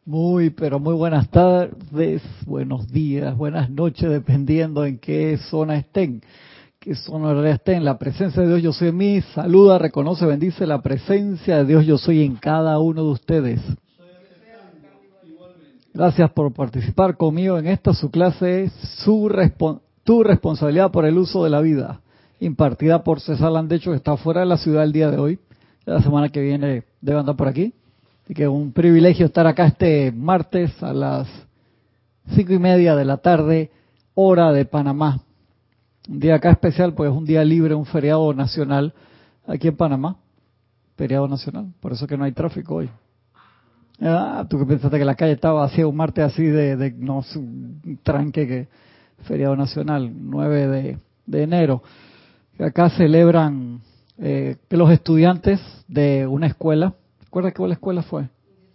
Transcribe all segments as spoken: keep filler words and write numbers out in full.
Muy, pero muy buenas tardes, buenos días, buenas noches, dependiendo en qué zona estén, qué zona horaria estén. La presencia de Dios Yo Soy en mí saluda, reconoce, bendice la presencia de Dios Yo Soy en cada uno de ustedes. Gracias por participar conmigo en esta su clase, su respon- tu responsabilidad por el uso de la vida, impartida por César Landecho, que está fuera de la ciudad el día de hoy. La semana que viene debe andar por aquí. Así que es un privilegio estar acá este martes a las cinco y media de la tarde, hora de Panamá. Un día acá especial, pues es un día libre, un feriado nacional aquí en Panamá. Feriado nacional, por eso que no hay tráfico hoy. Ah, tú que pensaste que la calle estaba vacía un martes así de, de no sé, un tranque que feriado nacional, nueve de, de enero. Acá celebran eh, que los estudiantes de una escuela, ¿recuerdas qué escuela fue?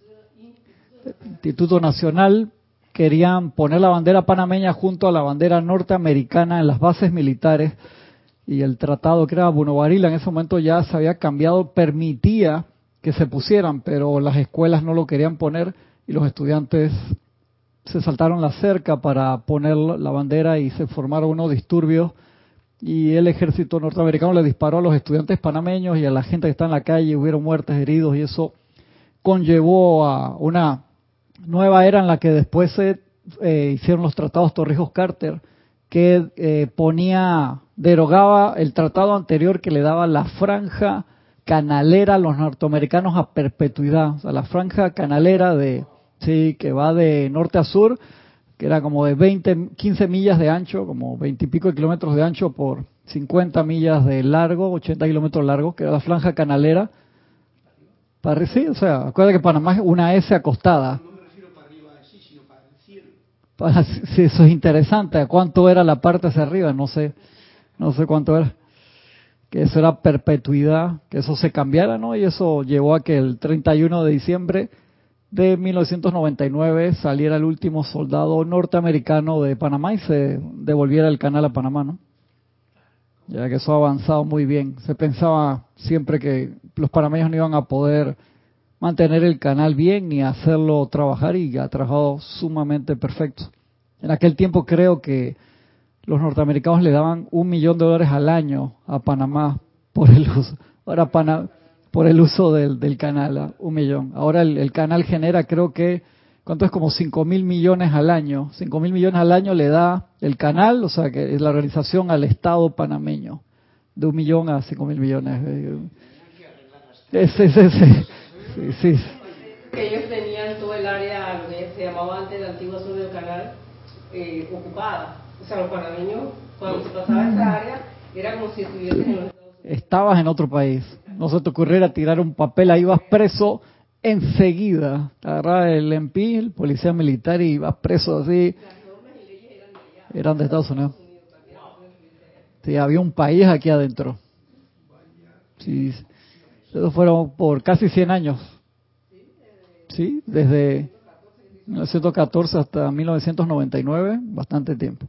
Instituto Nacional, querían poner la bandera panameña junto a la bandera norteamericana en las bases militares, y el tratado que era Buno Barila en ese momento ya se había cambiado, permitía que se pusieran, pero las escuelas no lo querían poner y los estudiantes se saltaron la cerca para poner la bandera y se formaron unos disturbios y el ejército norteamericano le disparó a los estudiantes panameños y a la gente que está en la calle, hubieron muertes, heridos, y eso conllevó a una nueva era en la que después se eh, hicieron los tratados Torrijos-Carter, que eh, ponía, derogaba el tratado anterior que le daba la franja canalera a los norteamericanos a perpetuidad. O sea, la franja canalera de, sí, que va de norte a sur, que era como de veinte, quince millas de ancho, como veinte y pico de kilómetros de ancho por cincuenta millas de largo, ochenta kilómetros largo, que era la franja canalera. Para, sí, o sea, acuérdate que Panamá es una S acostada. No me refiero para arriba de sí, sino para el cielo. Para, sí, eso es interesante. ¿Cuánto era la parte hacia arriba? No sé, no sé cuánto era. Que eso era perpetuidad, que eso se cambiara, ¿no? Y eso llevó a que el treinta y uno de diciembre de mil novecientos noventa y nueve saliera el último soldado norteamericano de Panamá y se devolviera el canal a Panamá, ¿no? Ya que eso ha avanzado muy bien. Se pensaba siempre que los panameños no iban a poder mantener el canal bien ni hacerlo trabajar, y ha trabajado sumamente perfecto. En aquel tiempo creo que los norteamericanos le daban un millón de dólares al año a Panamá por el uso, ahora Pana, por el uso del, del canal, un millón. Ahora el, el canal genera, creo que, ¿cuánto es? Como cinco mil millones al año. Cinco mil millones al año le da el canal, o sea que es la organización al Estado panameño, de un millón a cinco mil millones. Ese, ese, ese. Sí, sí. Que ellos tenían todo el área, lo que se llamaba antes la antigua zona del canal, eh, ocupada. O sea, los panameños, cuando se pasaba esa área, era como si estuviesen en los Estados Unidos. Estabas en otro país. No se te ocurriera tirar un papel, ahí ibas preso enseguida. Te agarraba el M P, el policía militar, y ibas preso así. Las normas y leyes eran de allá. Eran de Estados Unidos. Sí, había un país aquí adentro. Sí, eso fueron por casi cien años. Sí, desde mil novecientos catorce hasta mil novecientos noventa y nueve, bastante tiempo.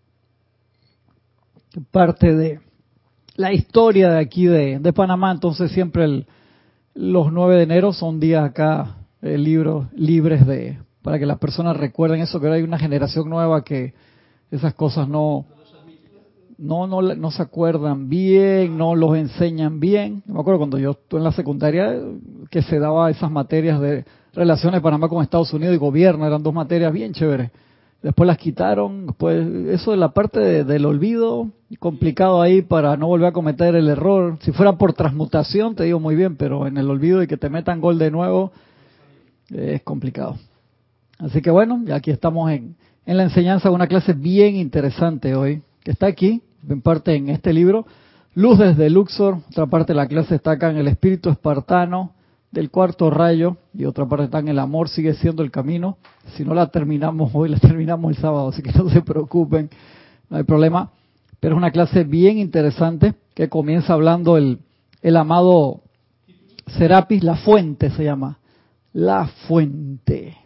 Parte de la historia de aquí de, de Panamá. Entonces siempre el, los nueve de enero son días acá eh, libros libres de, para que las personas recuerden eso, que ahora hay una generación nueva que esas cosas no no no no se acuerdan bien, no los enseñan bien. Me acuerdo cuando yo estuve en la secundaria que se daba esas materias de relaciones de Panamá con Estados Unidos y gobierno, eran dos materias bien chéveres. Después las quitaron, pues eso de la parte de, del olvido, complicado ahí para no volver a cometer el error. Si fuera por transmutación, te digo muy bien, pero en el olvido y que te metan gol de nuevo, eh, es complicado. Así que bueno, ya aquí estamos en, en la enseñanza de una clase bien interesante hoy, que está aquí, en parte en este libro, Luz desde Luxor. Otra parte de la clase está acá en el espíritu espartano del cuarto rayo, y otra parte está en el amor sigue siendo el camino. Si no la terminamos hoy, la terminamos el sábado, así que no se preocupen, no hay problema. Pero es una clase bien interesante que comienza hablando el, el amado Serapis, la fuente se llama, la fuente.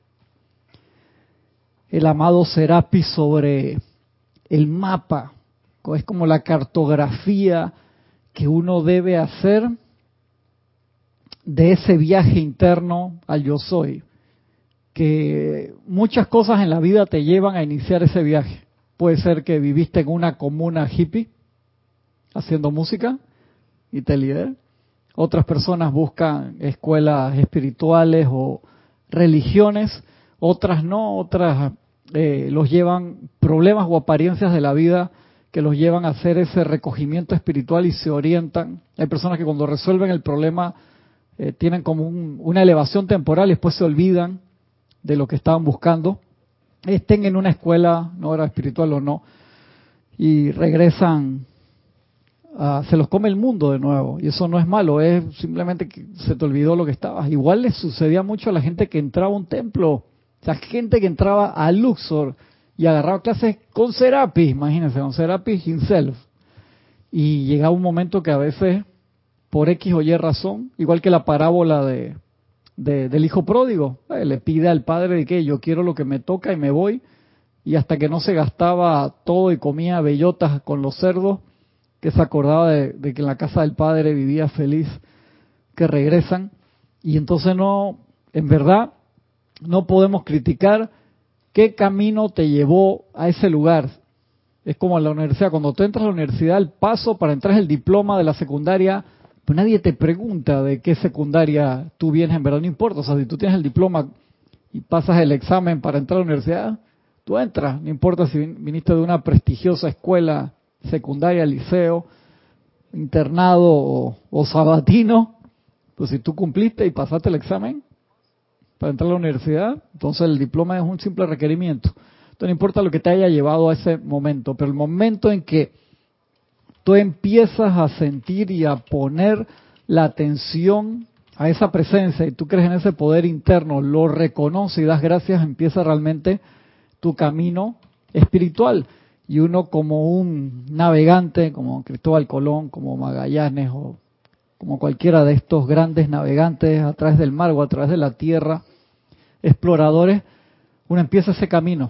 El amado Serapis sobre el mapa, es como la cartografía que uno debe hacer de ese viaje interno al yo soy. que muchas cosas en la vida te llevan a iniciar ese viaje. Puede ser que viviste en una comuna hippie haciendo música y te lidera. Otras personas buscan escuelas espirituales o religiones, otras no, otras eh, los llevan problemas o apariencias de la vida que los llevan a hacer ese recogimiento espiritual y se orientan. Hay personas que cuando resuelven el problema eh, tienen como un, una elevación temporal y después se olvidan de lo que estaban buscando, estén en una escuela, no era espiritual o no, y regresan, a, se los come el mundo de nuevo, y eso no es malo, es simplemente que se te olvidó lo que estabas. Igual les sucedía mucho a la gente que entraba a un templo, o sea, gente que entraba a Luxor y agarraba clases con Serapis, imagínense, con Serapis himself, y llegaba un momento que a veces, por X o Y razón, igual que la parábola de De, del hijo pródigo, eh, le pide al padre de que yo quiero lo que me toca y me voy, y hasta que no se gastaba todo y comía bellotas con los cerdos, que se acordaba de, de que en la casa del padre vivía feliz, que regresan, y entonces no, en verdad, no podemos criticar qué camino te llevó a ese lugar. Es como en la universidad, cuando tú entras a la universidad, el paso para entrar es el diploma de la secundaria. Pues nadie te pregunta de qué secundaria tú vienes, en verdad no importa. O sea, si tú tienes el diploma y pasas el examen para entrar a la universidad, tú entras. No importa si viniste de una prestigiosa escuela secundaria, liceo, internado o, o sabatino. Pues si tú cumpliste y pasaste el examen para entrar a la universidad, entonces el diploma es un simple requerimiento. Entonces no importa lo que te haya llevado a ese momento, pero el momento en que tú empiezas a sentir y a poner la atención a esa presencia y tú crees en ese poder interno, lo reconoces y das gracias, empieza realmente tu camino espiritual. Y uno como un navegante, como Cristóbal Colón, como Magallanes o como cualquiera de estos grandes navegantes a través del mar o a través de la tierra, exploradores, uno empieza ese camino.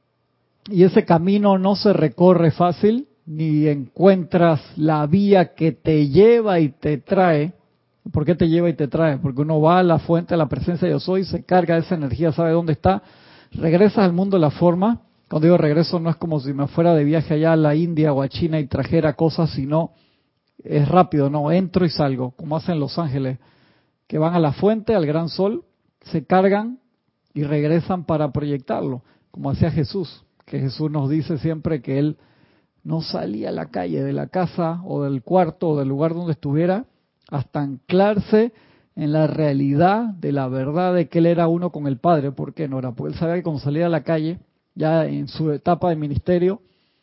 Y ese camino no se recorre fácil, ni encuentras la vía que te lleva y te trae. ¿Por qué te lleva y te trae? Porque uno va a la fuente de la presencia de yo soy, se carga de esa energía, sabe dónde está, regresas al mundo de la forma. Cuando digo regreso no es como si me fuera de viaje allá a la India o a China y trajera cosas, sino es rápido, no, entro y salgo, como hacen los ángeles, que van a la fuente, al gran sol, se cargan y regresan para proyectarlo, como hacía Jesús, que Jesús nos dice siempre que él no salía a la calle, de la casa o del cuarto o del lugar donde estuviera, hasta anclarse en la realidad de la verdad de que él era uno con el Padre. ¿Por qué no era? Porque él sabía que cuando salía a la calle, ya en su etapa de ministerio,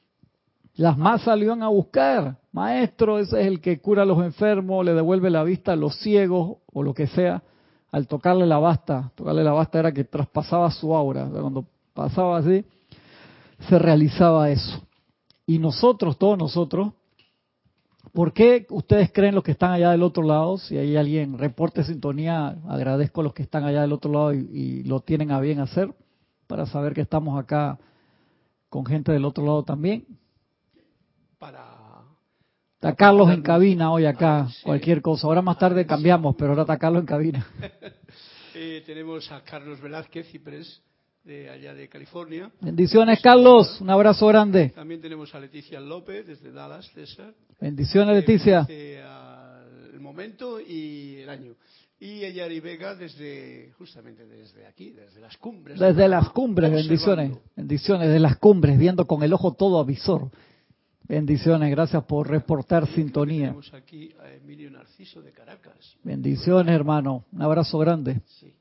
las masas lo iban a buscar. Maestro, ese es el que cura a los enfermos, le devuelve la vista a los ciegos o lo que sea. Al tocarle la basta, tocarle la basta era que traspasaba su aura. O sea, cuando pasaba así, se realizaba eso. Y nosotros, todos nosotros, ¿por qué ustedes creen los que están allá del otro lado? Si hay alguien, reporte sintonía, agradezco a los que están allá del otro lado y, y lo tienen a bien hacer, para saber que estamos acá con gente del otro lado también. Para... Está Carlos en cabina hoy acá, ah, sí. Cualquier cosa. Ahora más tarde cambiamos, pero ahora está Carlos en cabina. eh, tenemos a Carlos Velázquez Ciprés, de allá de California. Bendiciones, Carlos. Un abrazo grande. También tenemos a Leticia López, desde Dallas, César. Bendiciones, Leticia. Desde el momento y el año. Y Yari Vega, desde justamente desde aquí, desde las cumbres. Desde las cumbres, bendiciones. Bendiciones, desde las cumbres, viendo con el ojo todo avisor. Bendiciones, gracias por reportar y sintonía. Tenemos aquí a Emilio Narciso de Caracas. Bendiciones, hermano. Un abrazo grande. Sí.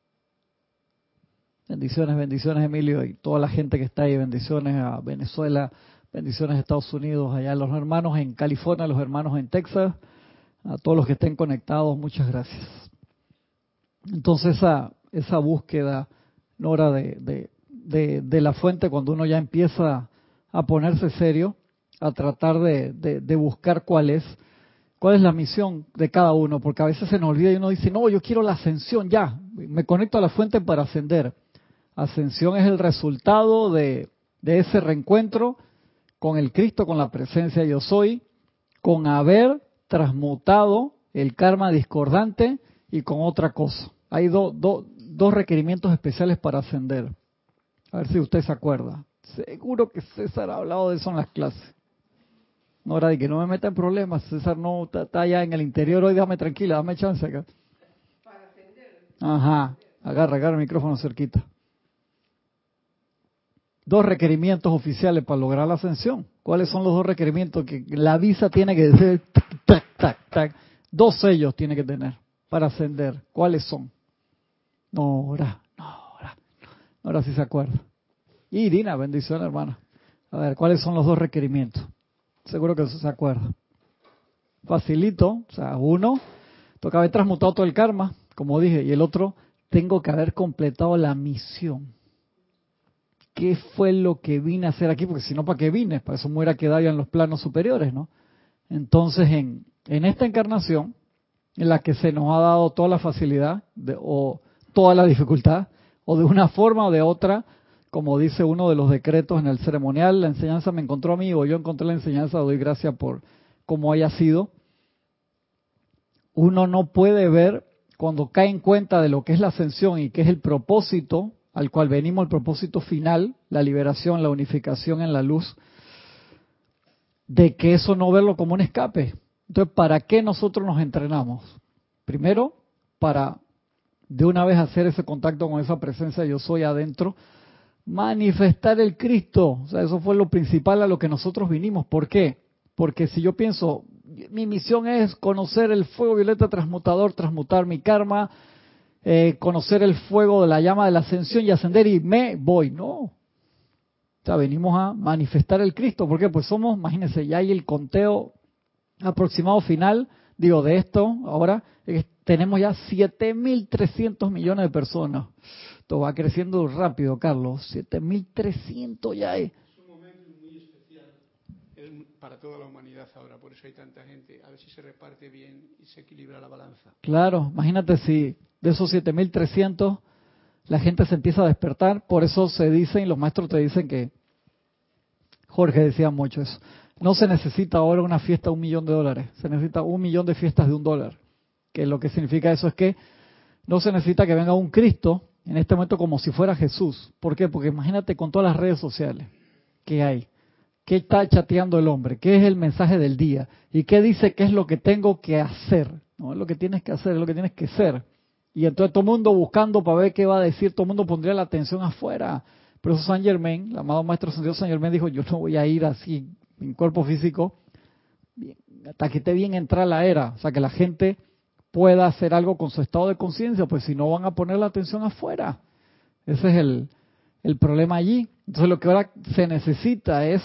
Bendiciones, bendiciones, Emilio, y toda la gente que está ahí. Bendiciones a Venezuela, bendiciones a Estados Unidos, allá a los hermanos en California, a los hermanos en Texas, a todos los que estén conectados, muchas gracias. Entonces esa esa búsqueda, Nora, de, de, de, de la fuente, cuando uno ya empieza a ponerse serio, a tratar de, de, de buscar cuál es, cuál es la misión de cada uno, porque a veces se nos olvida y uno dice, no, yo quiero la ascensión ya, me conecto a la fuente para ascender. Ascensión es el resultado de, de ese reencuentro con el Cristo, con la presencia yo soy, con haber transmutado el karma discordante y con otra cosa. Hay do, do, dos requerimientos especiales para ascender. A ver si usted se acuerda. Seguro que César ha hablado de eso en las clases. No era de que no me meta en problemas. César no está, está allá en el interior hoy. Déjame tranquila, dame chance acá. Para ascender. Ajá. Agarra, agarra el micrófono cerquita. Dos requerimientos oficiales para lograr la ascensión. ¿Cuáles son los dos requerimientos? Que la visa tiene que ser tac, tac, tac, tac. Dos sellos tiene que tener para ascender. ¿Cuáles son? Nora, Nora, Nora sí se acuerda. Y Irina, bendición hermana. A ver, ¿cuáles son los dos requerimientos? Seguro que se acuerda. Facilito, o sea, uno, toca haber transmutado todo el karma, como dije, y el otro, tengo que haber completado la misión. ¿Qué fue lo que vine a hacer aquí? Porque si no, ¿para qué vine? Para eso me hubiera quedado ya en los planos superiores, ¿no? Entonces, en, en esta encarnación, en la que se nos ha dado toda la facilidad de, o toda la dificultad, o de una forma o de otra, como dice uno de los decretos en el ceremonial, la enseñanza me encontró a mí, o yo encontré la enseñanza, doy gracias por cómo haya sido. Uno no puede ver, cuando cae en cuenta de lo que es la ascensión y que es el propósito al cual venimos, el propósito final, la liberación, la unificación en la luz, de que eso no verlo como un escape. Entonces, ¿para qué nosotros nos entrenamos? Primero, para de una vez hacer ese contacto con esa presencia yo soy adentro, manifestar el Cristo. O sea, eso fue lo principal a lo que nosotros vinimos. ¿Por qué? Porque si yo pienso, mi misión es conocer el fuego violeta transmutador, transmutar mi karma, eh, conocer el fuego de la llama de la ascensión y ascender y me voy. No. O sea, venimos a manifestar el Cristo. ¿Por qué? Pues somos, imagínense, ya hay el conteo aproximado final, digo, de esto, ahora eh, tenemos ya siete mil trescientos millones de personas. Esto va creciendo rápido, Carlos. siete mil trescientos ya hay. Es un momento muy especial para toda la humanidad ahora, por eso hay tanta gente. A ver si se reparte bien y se equilibra la balanza. Claro, imagínate si de esos siete mil trescientos la gente se empieza a despertar. Por eso se dicen, los maestros te dicen que, Jorge decía mucho eso, no se necesita ahora una fiesta de un millón de dólares, se necesita un millón de fiestas de un dólar. Que lo que significa eso es que no se necesita que venga un Cristo en este momento como si fuera Jesús. ¿Por qué? Porque imagínate con todas las redes sociales que hay. ¿Qué está chateando el hombre? ¿Qué es el mensaje del día? ¿Y qué dice qué es lo que tengo que hacer? No es lo que tienes que hacer, es lo que tienes que ser. Y entonces todo el mundo buscando para ver qué va a decir, todo el mundo pondría la atención afuera. Por eso Saint Germain, el amado Maestro Ascendido Saint Germain dijo, yo no voy a ir así en cuerpo físico hasta que esté bien entrar la era. O sea, que la gente pueda hacer algo con su estado de conciencia, pues si no van a poner la atención afuera. Ese es el, el problema allí. Entonces lo que ahora se necesita es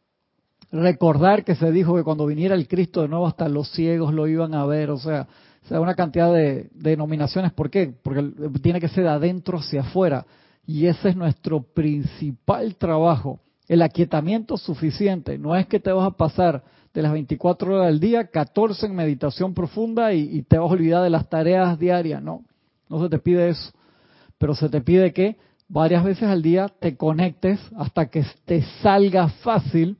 recordar que se dijo que cuando viniera el Cristo de nuevo hasta los ciegos lo iban a ver, o sea, o sea una cantidad de, de denominaciones. ¿Por qué? Porque tiene que ser de adentro hacia afuera. Y ese es nuestro principal trabajo. El aquietamiento suficiente. No es que te vas a pasar de las veinticuatro horas del día, catorce en meditación profunda y, y te vas a olvidar de las tareas diarias. No, no se te pide eso. Pero se te pide que varias veces al día te conectes hasta que te salga fácil.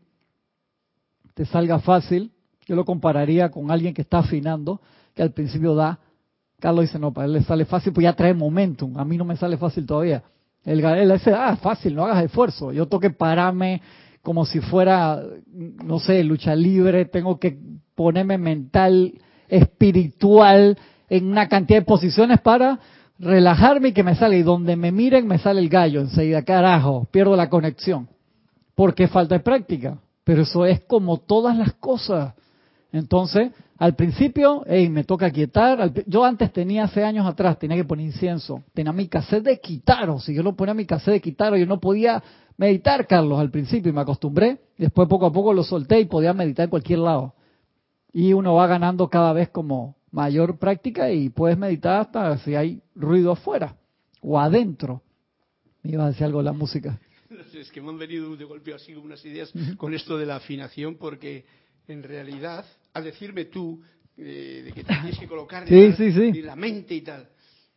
Te salga fácil. Yo lo compararía con alguien que está afinando, que al principio da. Carlos dice, no, para él le sale fácil, pues ya trae momentum. A mí no me sale fácil todavía. Él, él dice, ah, fácil, no hagas esfuerzo. Yo tengo que pararme como si fuera, no sé, lucha libre. Tengo que ponerme mental, espiritual, en una cantidad de posiciones para relajarme y que me salga. Y donde me miren, me sale el gallo enseguida. Carajo, pierdo la conexión. Porque falta de práctica. Pero eso es como todas las cosas. Entonces, al principio, hey, me toca quietar. Yo antes tenía, hace años atrás, tenía que poner incienso. Tenía mi cassette de Kitaro. Si yo no ponía mi cassette de Kitaro, yo no podía meditar, Carlos, al principio. Y me acostumbré. Después, poco a poco, lo solté y podía meditar en cualquier lado. Y uno va ganando cada vez como mayor práctica y puedes meditar hasta si hay ruido afuera o adentro. Me iba a decir algo de la música. Es que me han venido de golpe así unas ideas con esto de la afinación, porque en realidad, al decirme tú eh, de que te tienes que colocar sí, en, sí, sí. en la mente y tal,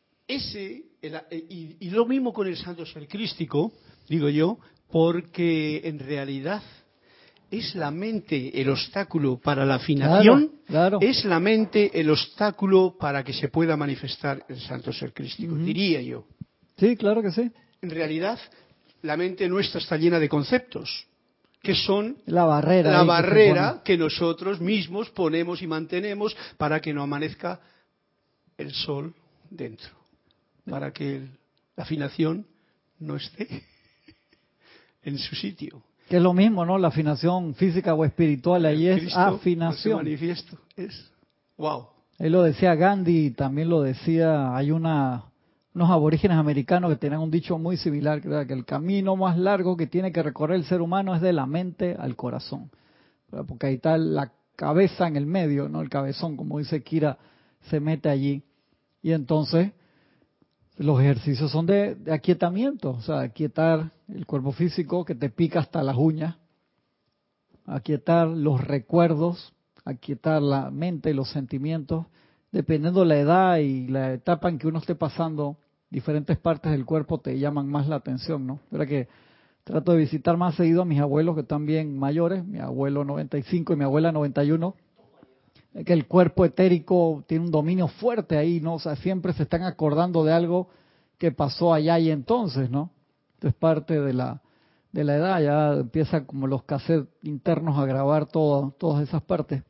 ese el, y, y lo mismo con el santo ser crístico, digo yo, porque en realidad es la mente el obstáculo para la afinación, claro, claro. Es la mente el obstáculo para que se pueda manifestar el santo ser crístico, uh-huh. diría yo. Sí, claro que sí. En realidad, la mente nuestra está llena de conceptos, que son La barrera. la ahí barrera que, que nosotros mismos ponemos y mantenemos para que no amanezca el sol dentro, para que el, la afinación no esté en su sitio. Que es lo mismo, ¿no? La afinación física o espiritual, ahí El es Cristo, afinación. ese manifiesto es wow. Él lo decía Gandhi, también lo decía, hay una unos aborígenes americanos que tenían un dicho muy similar, que era que el camino más largo que tiene que recorrer el ser humano es de la mente al corazón. Porque ahí está la cabeza en el medio, ¿no? El cabezón, como dice Kira, se mete allí. Y entonces los ejercicios son de, de aquietamiento, o sea, aquietar el cuerpo físico que te pica hasta las uñas, aquietar los recuerdos, aquietar la mente, los sentimientos, dependiendo de la edad y la etapa en que uno esté pasando, diferentes partes del cuerpo te llaman más la atención, ¿no? Verdad que trato de visitar más seguido a mis abuelos que están bien mayores, mi abuelo noventa y cinco y mi abuela noventa y uno, que el cuerpo etérico tiene un dominio fuerte ahí, ¿no? O sea, siempre se están acordando de algo que pasó allá y entonces, ¿no? Esto es parte de la de la edad, ya empieza como los cassettes internos a grabar todo, todas esas partes.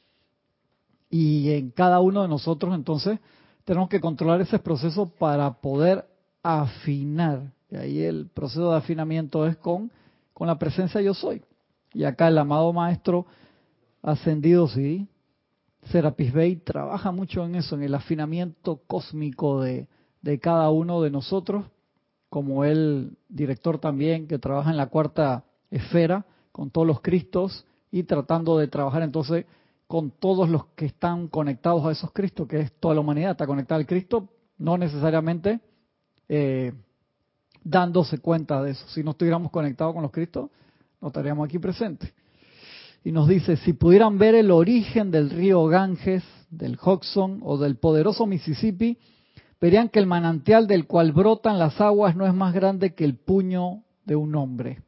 Y en cada uno de nosotros, entonces, tenemos que controlar ese proceso para poder afinar. Y ahí el proceso de afinamiento es con, con la presencia yo soy. Y acá el amado maestro ascendido, sí, Serapis Bey, trabaja mucho en eso, en el afinamiento cósmico de, de cada uno de nosotros, como el director también que trabaja en la cuarta esfera, con todos los Cristos, y tratando de trabajar entonces con todos los que están conectados a esos Cristos, que es toda la humanidad, está conectada al Cristo, no necesariamente eh, dándose cuenta de eso. Si no estuviéramos conectados con los Cristos, no estaríamos aquí presentes. Y nos dice, si pudieran ver el origen del río Ganges, del Hudson o del poderoso Mississippi, verían que el manantial del cual brotan las aguas no es más grande que el puño de un hombre.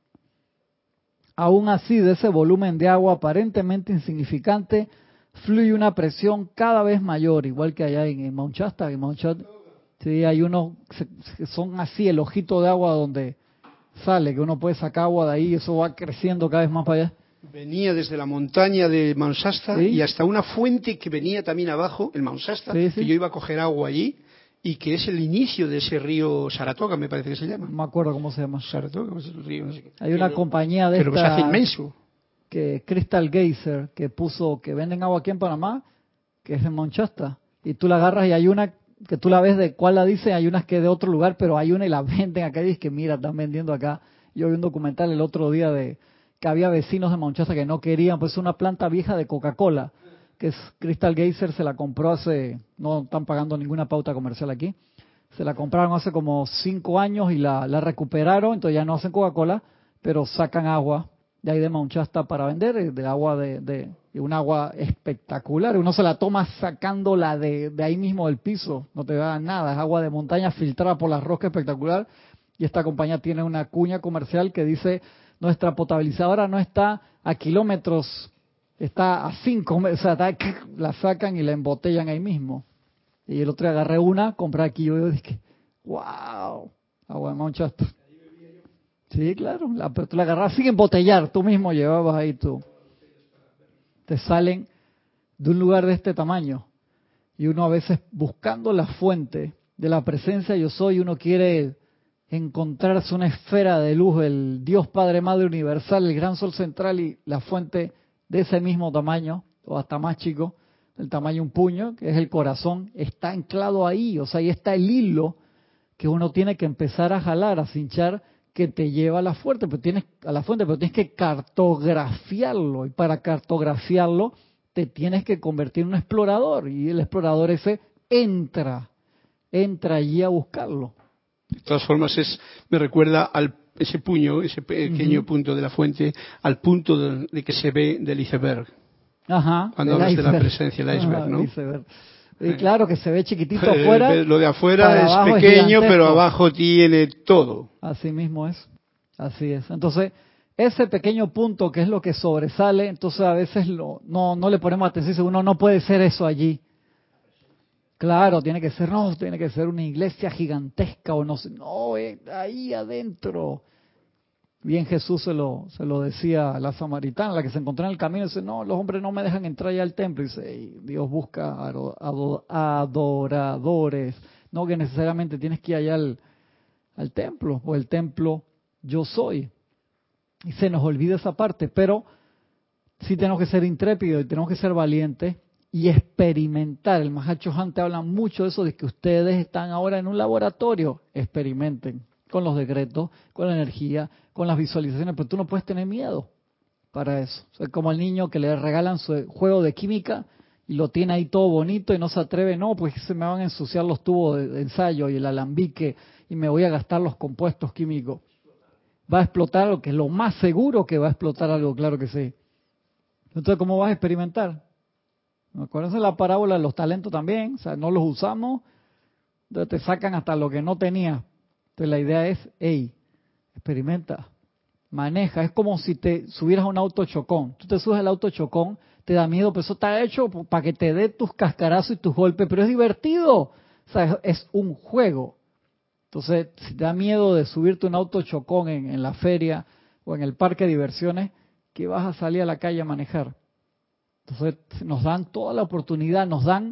Aún así, de ese volumen de agua aparentemente insignificante, fluye una presión cada vez mayor, igual que allá en, en Mount Shasta. En Mount Shasta, sí, hay unos que son así, el ojito de agua donde sale, que uno puede sacar agua de ahí y eso va creciendo cada vez más para allá. Venía desde la montaña de Mount Shasta, ¿sí?, y hasta una fuente que venía también abajo, el Mount Shasta, sí, sí, que yo iba a coger agua allí, y que es el inicio de ese río Saratoga, me parece que se llama. No me acuerdo cómo se llama. Saratoga, es el río, no sé qué. Hay una pero, compañía de pero esta, se hace inmenso. Que Crystal Geyser, que puso, que venden agua aquí en Panamá, que es en Mount Shasta, y tú la agarras y hay una que tú la ves de cuál la dice, hay unas que de otro lugar, pero hay una y la venden acá y dices que mira, están vendiendo acá. Yo vi un documental el otro día de que había vecinos de Mount Shasta que no querían, pues es una planta vieja de Coca-Cola, que es Crystal Geyser, se la compró hace, no están pagando ninguna pauta comercial aquí, se la compraron hace como cinco años y la, la recuperaron, entonces ya no hacen Coca-Cola, pero sacan agua de ahí de Mount Shasta para vender, de agua de, de, de un agua espectacular, uno se la toma sacándola de, de ahí mismo del piso, no te da nada, es agua de montaña filtrada por la rosca espectacular, y esta compañía tiene una cuña comercial que dice, nuestra potabilizadora no está a kilómetros, está a cinco, o sea, está, la sacan y la embotellan ahí mismo. Y el otro día agarré una, compré aquí, yo dije, wow, agua de Mount Shasta. Sí, claro, la, pero tú la agarras sin embotellar, tú mismo llevabas ahí tú. Te salen de un lugar de este tamaño. Y uno a veces buscando la fuente de la presencia yo soy, uno quiere encontrarse una esfera de luz, el Dios Padre Madre Universal, el gran sol central y la fuente de ese mismo tamaño, o hasta más chico, del tamaño de un puño, que es el corazón, está anclado ahí, o sea, ahí está el hilo que uno tiene que empezar a jalar, a cinchar, que te lleva a la fuente, pero tienes a la fuente, pero tienes que cartografiarlo, y para cartografiarlo te tienes que convertir en un explorador, y el explorador ese entra, entra allí a buscarlo. De todas formas, es me recuerda al ese puño, ese pequeño uh-huh. punto de la fuente, al punto de, de que se ve del iceberg. Ajá. Cuando hablas iceberg. De la presencia del iceberg, Ajá, ¿no? Iceberg. Y claro que se ve chiquitito afuera. Lo de afuera es pequeño, es pero abajo tiene todo. Así mismo es. Así es. Entonces, ese pequeño punto que es lo que sobresale, entonces a veces lo, no, no le ponemos atención, uno no puede ser eso allí. Claro, tiene que ser, no, tiene que ser una iglesia gigantesca o no sé, no, eh, ahí adentro. Bien Jesús se lo, se lo decía a la samaritana, la que se encontró en el camino, dice, no, los hombres no me dejan entrar ya al templo. Dice, y Dios busca ado- ado- adoradores, no que necesariamente tienes que ir allá al, al templo, o el templo yo soy. Y se nos olvida esa parte, pero sí tenemos que ser intrépidos y tenemos que ser valientes y experimentar. El Mahacho Han te habla mucho de eso, de que ustedes están ahora en un laboratorio, experimenten con los decretos, con la energía, con las visualizaciones, pero tú no puedes tener miedo para eso. O sea, como el niño que le regalan su juego de química y lo tiene ahí todo bonito y no se atreve, no, pues se me van a ensuciar los tubos de, de ensayo y el alambique y me voy a gastar los compuestos químicos. Va a explotar algo, que es lo más seguro que va a explotar algo, claro que sí. Entonces, ¿cómo vas a experimentar? Acuérdense la parábola de los talentos también, o sea, no los usamos, entonces te sacan hasta lo que no tenías. Entonces la idea es, hey, experimenta, maneja, es como si te subieras a un auto chocón. Tú te subes al auto chocón, te da miedo, pero eso está hecho para que te dé tus cascarazos y tus golpes, pero es divertido, o sea, es, es un juego. Entonces, si te da miedo de subirte a un auto chocón en, en la feria o en el parque de diversiones, ¿qué vas a salir a la calle a manejar? Entonces, nos dan toda la oportunidad, nos dan,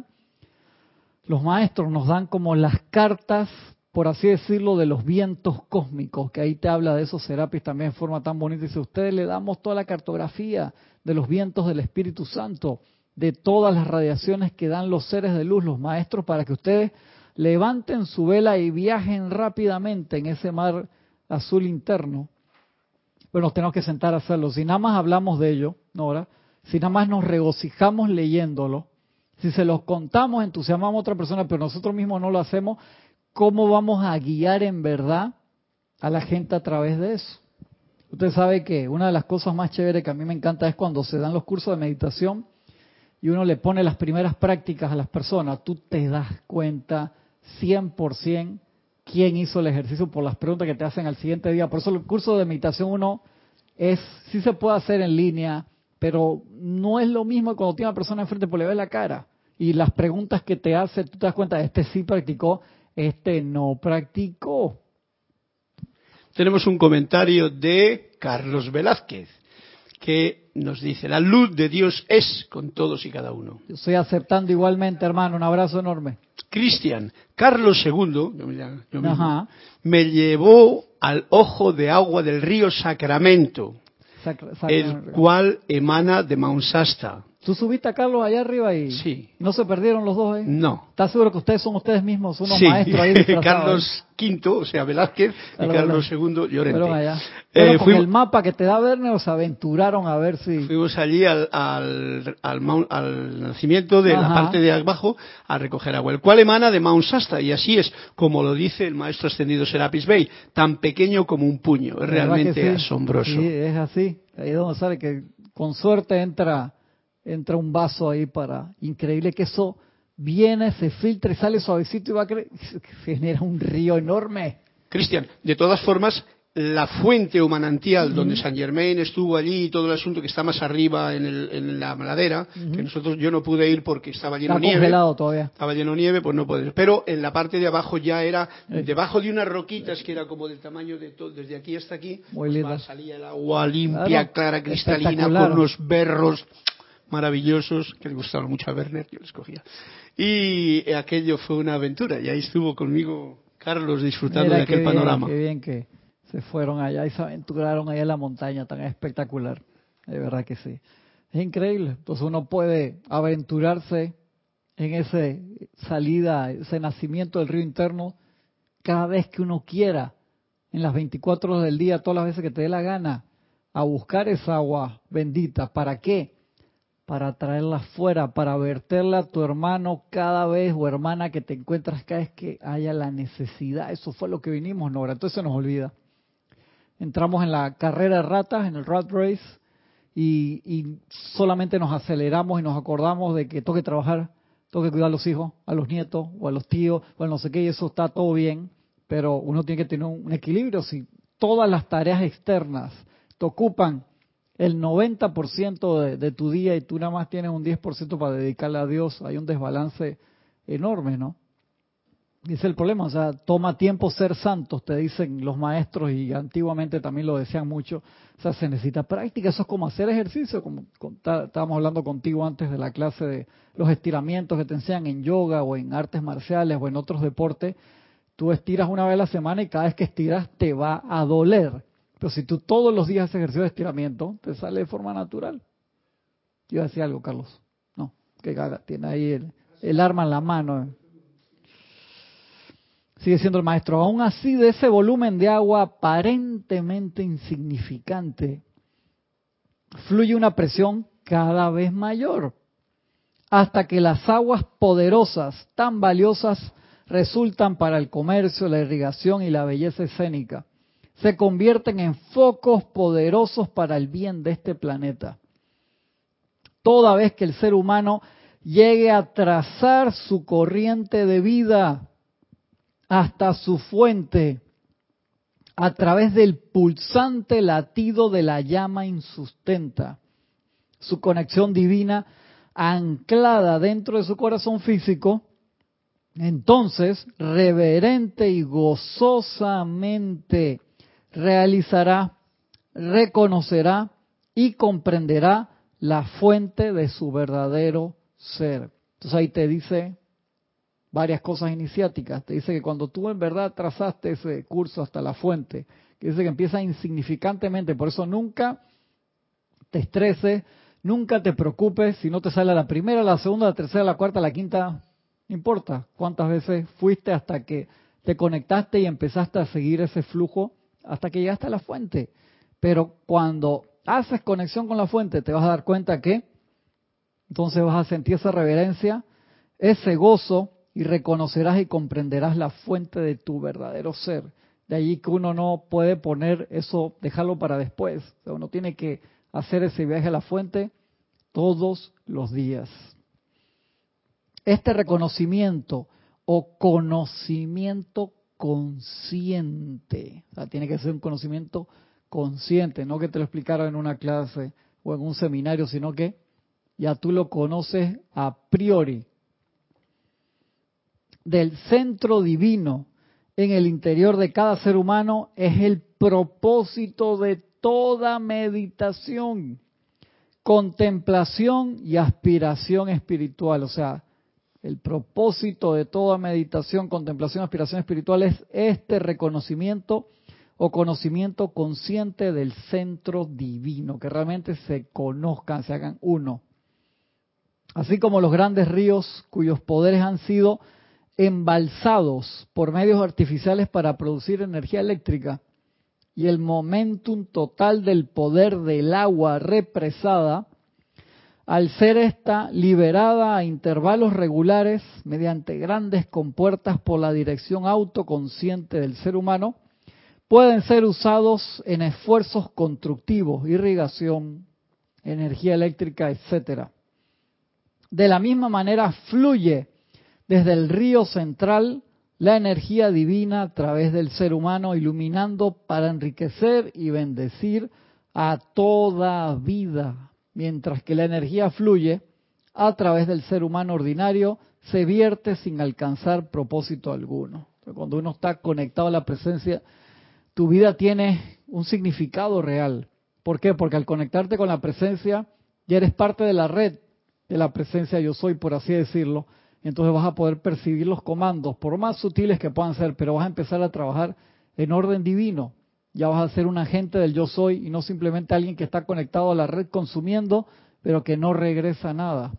los maestros nos dan como las cartas, por así decirlo, de los vientos cósmicos, que ahí te habla de esos Serapis también de forma tan bonita. Dice, a ustedes le damos toda la cartografía de los vientos del Espíritu Santo, de todas las radiaciones que dan los seres de luz, los maestros, para que ustedes levanten su vela y viajen rápidamente en ese mar azul interno. Pero nos tenemos que sentar a hacerlo. Si nada más hablamos de ello, Nora, si nada más nos regocijamos leyéndolo, si se los contamos, entusiasmamos a otra persona, pero nosotros mismos no lo hacemos, ¿cómo vamos a guiar en verdad a la gente a través de eso? Usted sabe que una de las cosas más chéveres que a mí me encanta es cuando se dan los cursos de meditación y uno le pone las primeras prácticas a las personas. Tú te das cuenta cien por ciento quién hizo el ejercicio por las preguntas que te hacen al siguiente día. Por eso el curso de meditación uno es, sí se puede hacer en línea, pero no es lo mismo cuando tiene una persona enfrente, pues le ves la cara. Y las preguntas que te hace, tú te das cuenta, este sí practicó, este no practicó. Tenemos un comentario de Carlos Velázquez, que nos dice, la luz de Dios es con todos y cada uno. Yo estoy aceptando igualmente, hermano, un abrazo enorme. Cristian, Carlos segundo, yo, yo mismo, Ajá. me llevó al ojo de agua del río Sacramento, Sacra, sacra, el cual emana de Mount Shasta. ¿Tú subiste a Carlos allá arriba y sí. no se perdieron los dos ahí? No. ¿Estás seguro que ustedes son ustedes mismos, unos sí. maestros ahí disfrazados? Carlos quinto, o sea, Velázquez, claro, y Carlos claro. segundo, Llorente. Fueron allá. Eh, bueno, con fuimos, el mapa que te da Werner, se aventuraron a ver si... Fuimos allí al, al, al, Mount, al nacimiento de Ajá. la parte de abajo a recoger agua, el cual emana de Mount Shasta, y así es, como lo dice el maestro ascendido Serapis Bey, tan pequeño como un puño. Es realmente sí? asombroso. Sí, es así. Ahí es donde sale que con suerte entra... entra un vaso ahí para... Increíble que eso viene, se filtra y sale suavecito y va a cre... genera un río enorme. Cristian, de todas formas, la fuente o manantial uh-huh. donde San Germain estuvo allí y todo el asunto que está más arriba en, el, en la ladera, uh-huh. que nosotros yo no pude ir porque estaba lleno de nieve. Congelado todavía. Estaba lleno de nieve, pues no puedes. Pero en la parte de abajo ya era, eh. debajo de unas roquitas que era como del tamaño de todo, desde aquí hasta aquí, pues va, salía el agua limpia, claro, clara, cristalina, con unos berros maravillosos que le gustaron mucho a Werner, yo les cogía. Y aquello fue una aventura, y ahí estuvo conmigo Carlos disfrutando Mira, de aquel qué bien, panorama. Qué bien que se fueron allá y se aventuraron allá en la montaña tan espectacular. De verdad que sí. Es increíble. Entonces uno puede aventurarse en esa salida, ese nacimiento del río interno, cada vez que uno quiera, en las veinticuatro horas del día, todas las veces que te dé la gana, a buscar esa agua bendita. ¿Para qué? Para traerla fuera, para verterla a tu hermano cada vez o hermana que te encuentras cada vez que haya la necesidad. Eso fue lo que vinimos, Nora. Entonces se nos olvida. Entramos en la carrera de ratas, en el rat race, y, y solamente nos aceleramos y nos acordamos de que tengo que trabajar, tengo que cuidar a los hijos, a los nietos o a los tíos o a no sé qué, y eso está todo bien, pero uno tiene que tener un equilibrio. Si todas las tareas externas te ocupan el noventa por ciento de, de tu día y tú nada más tienes un diez por ciento para dedicarle a Dios, hay un desbalance enorme, ¿no? Ese es el problema, o sea, toma tiempo ser santos, te dicen los maestros, y antiguamente también lo decían mucho. O sea, se necesita práctica, eso es como hacer ejercicio, como estábamos hablando contigo antes de la clase de los estiramientos que te enseñan en yoga o en artes marciales o en otros deportes. Tú estiras una vez a la semana y cada vez que estiras te va a doler. Pero si tú todos los días haces ejercicio de estiramiento, te sale de forma natural. Yo iba a decir algo, Carlos. No, que caga, tiene ahí el, el arma en la mano. Sigue siendo el maestro. Aún así, de ese volumen de agua aparentemente insignificante, fluye una presión cada vez mayor, hasta que las aguas poderosas, tan valiosas, resultan para el comercio, la irrigación y la belleza escénica. Se convierten en focos poderosos para el bien de este planeta. Toda vez que el ser humano llegue a trazar su corriente de vida hasta su fuente, a través del pulsante latido de la llama insustenta, su conexión divina anclada dentro de su corazón físico, entonces reverente y gozosamente realizará, reconocerá y comprenderá la fuente de su verdadero ser. Entonces ahí te dice varias cosas iniciáticas. Te dice que cuando tú en verdad trazaste ese curso hasta la fuente, que dice que empieza insignificantemente, por eso nunca te estreses, nunca te preocupes si no te sale la primera, la segunda, la tercera, la cuarta, la quinta, no importa cuántas veces fuiste hasta que te conectaste y empezaste a seguir ese flujo hasta que llegaste a la fuente. Pero cuando haces conexión con la fuente te vas a dar cuenta que entonces vas a sentir esa reverencia, ese gozo, y reconocerás y comprenderás la fuente de tu verdadero ser. De allí que uno no puede poner eso, dejarlo para después. O sea, uno tiene que hacer ese viaje a la fuente todos los días. Este reconocimiento o conocimiento consciente, o sea, tiene que ser un conocimiento consciente, no que te lo explicaron en una clase o en un seminario, sino que ya tú lo conoces a priori, del centro divino en el interior de cada ser humano, es el propósito de toda meditación, contemplación y aspiración espiritual. O sea, el propósito de toda meditación, contemplación, aspiración espiritual es este reconocimiento o conocimiento consciente del centro divino, que realmente se conozcan, se hagan uno. Así como los grandes ríos cuyos poderes han sido embalsados por medios artificiales para producir energía eléctrica, y el momentum total del poder del agua represada, al ser esta liberada a intervalos regulares mediante grandes compuertas por la dirección autoconsciente del ser humano, pueden ser usados en esfuerzos constructivos, irrigación, energía eléctrica, etcétera. De la misma manera fluye desde el río central la energía divina a través del ser humano, iluminando para enriquecer y bendecir a toda vida, mientras que la energía fluye a través del ser humano ordinario, se vierte sin alcanzar propósito alguno. Cuando uno está conectado a la presencia, tu vida tiene un significado real. ¿Por qué? Porque al conectarte con la presencia, ya eres parte de la red de la presencia yo soy, por así decirlo. Entonces vas a poder percibir los comandos, por más sutiles que puedan ser, pero vas a empezar a trabajar en orden divino. Ya vas a ser un agente del yo soy y no simplemente alguien que está conectado a la red consumiendo, pero que no regresa nada.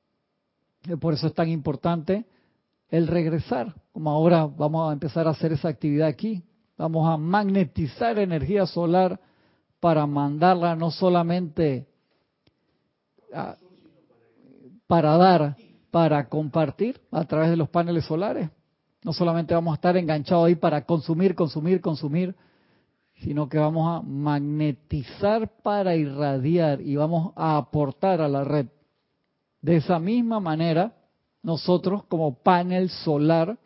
Y por eso es tan importante el regresar, como ahora vamos a empezar a hacer esa actividad aquí. Vamos a magnetizar energía solar para mandarla no solamente a, para dar, para compartir a través de los paneles solares. No solamente vamos a estar enganchados ahí para consumir, consumir, consumir, sino que vamos a magnetizar para irradiar y vamos a aportar a la red. De esa misma manera, nosotros como panel solar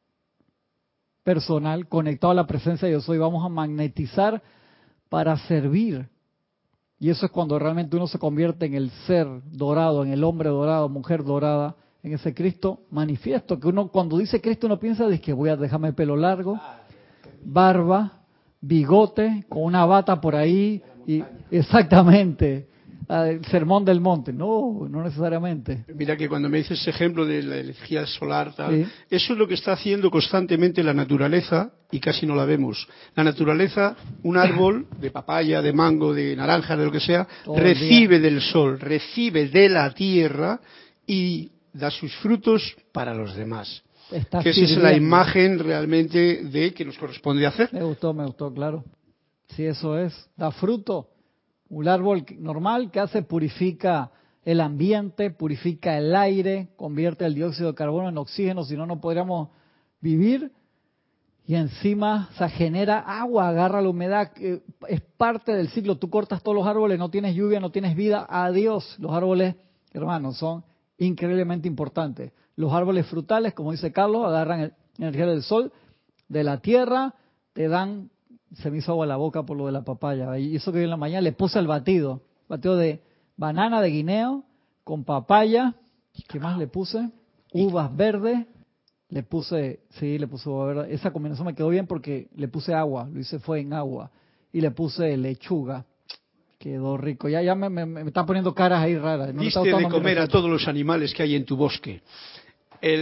personal conectado a la presencia de yo soy, vamos a magnetizar para servir. Y eso es cuando realmente uno se convierte en el ser dorado, en el hombre dorado, mujer dorada, en ese Cristo manifiesto, que uno cuando dice Cristo uno piensa de que voy a dejarme el pelo largo, barba, bigote, con una bata por ahí, y exactamente, el sermón del monte. No, no necesariamente. Mira que cuando me dices ese ejemplo de la energía solar, tal, Sí. eso es lo que está haciendo constantemente la naturaleza y casi no la vemos. La naturaleza, un árbol de papaya, de mango, de naranja, de lo que sea, Todo el recibe día. del sol, recibe de la tierra y da sus frutos para los demás. Está Que esa es la sirviendo. imagen realmente de que nos corresponde hacer. Me gustó, me gustó, claro. Sí, eso es. Da fruto. Un árbol normal que hace, purifica el ambiente, purifica el aire, convierte el dióxido de carbono en oxígeno, si no, no podríamos vivir. Y encima, o sea, genera agua, agarra la humedad, eh, es parte del ciclo. Tú cortas todos los árboles, no tienes lluvia, no tienes vida, adiós. Los árboles, hermanos, son increíblemente importantes. Los árboles frutales, como dice Carlos, agarran el- energía del sol, de la tierra, te dan, se me hizo agua la boca por lo de la papaya. Y eso que vi en la mañana, le puse el batido, batido de banana de guineo con papaya. ¿Qué más le puse? Uvas verdes. Le puse, sí, le puse uvas verdes. Esa combinación me quedó bien porque le puse agua, lo hice fue en agua. Y le puse lechuga. Quedó rico. Ya, ya me, me, me está poniendo caras ahí raras. No le está Diste de gustando mi comer a receta. todos los animales que hay en tu bosque. El,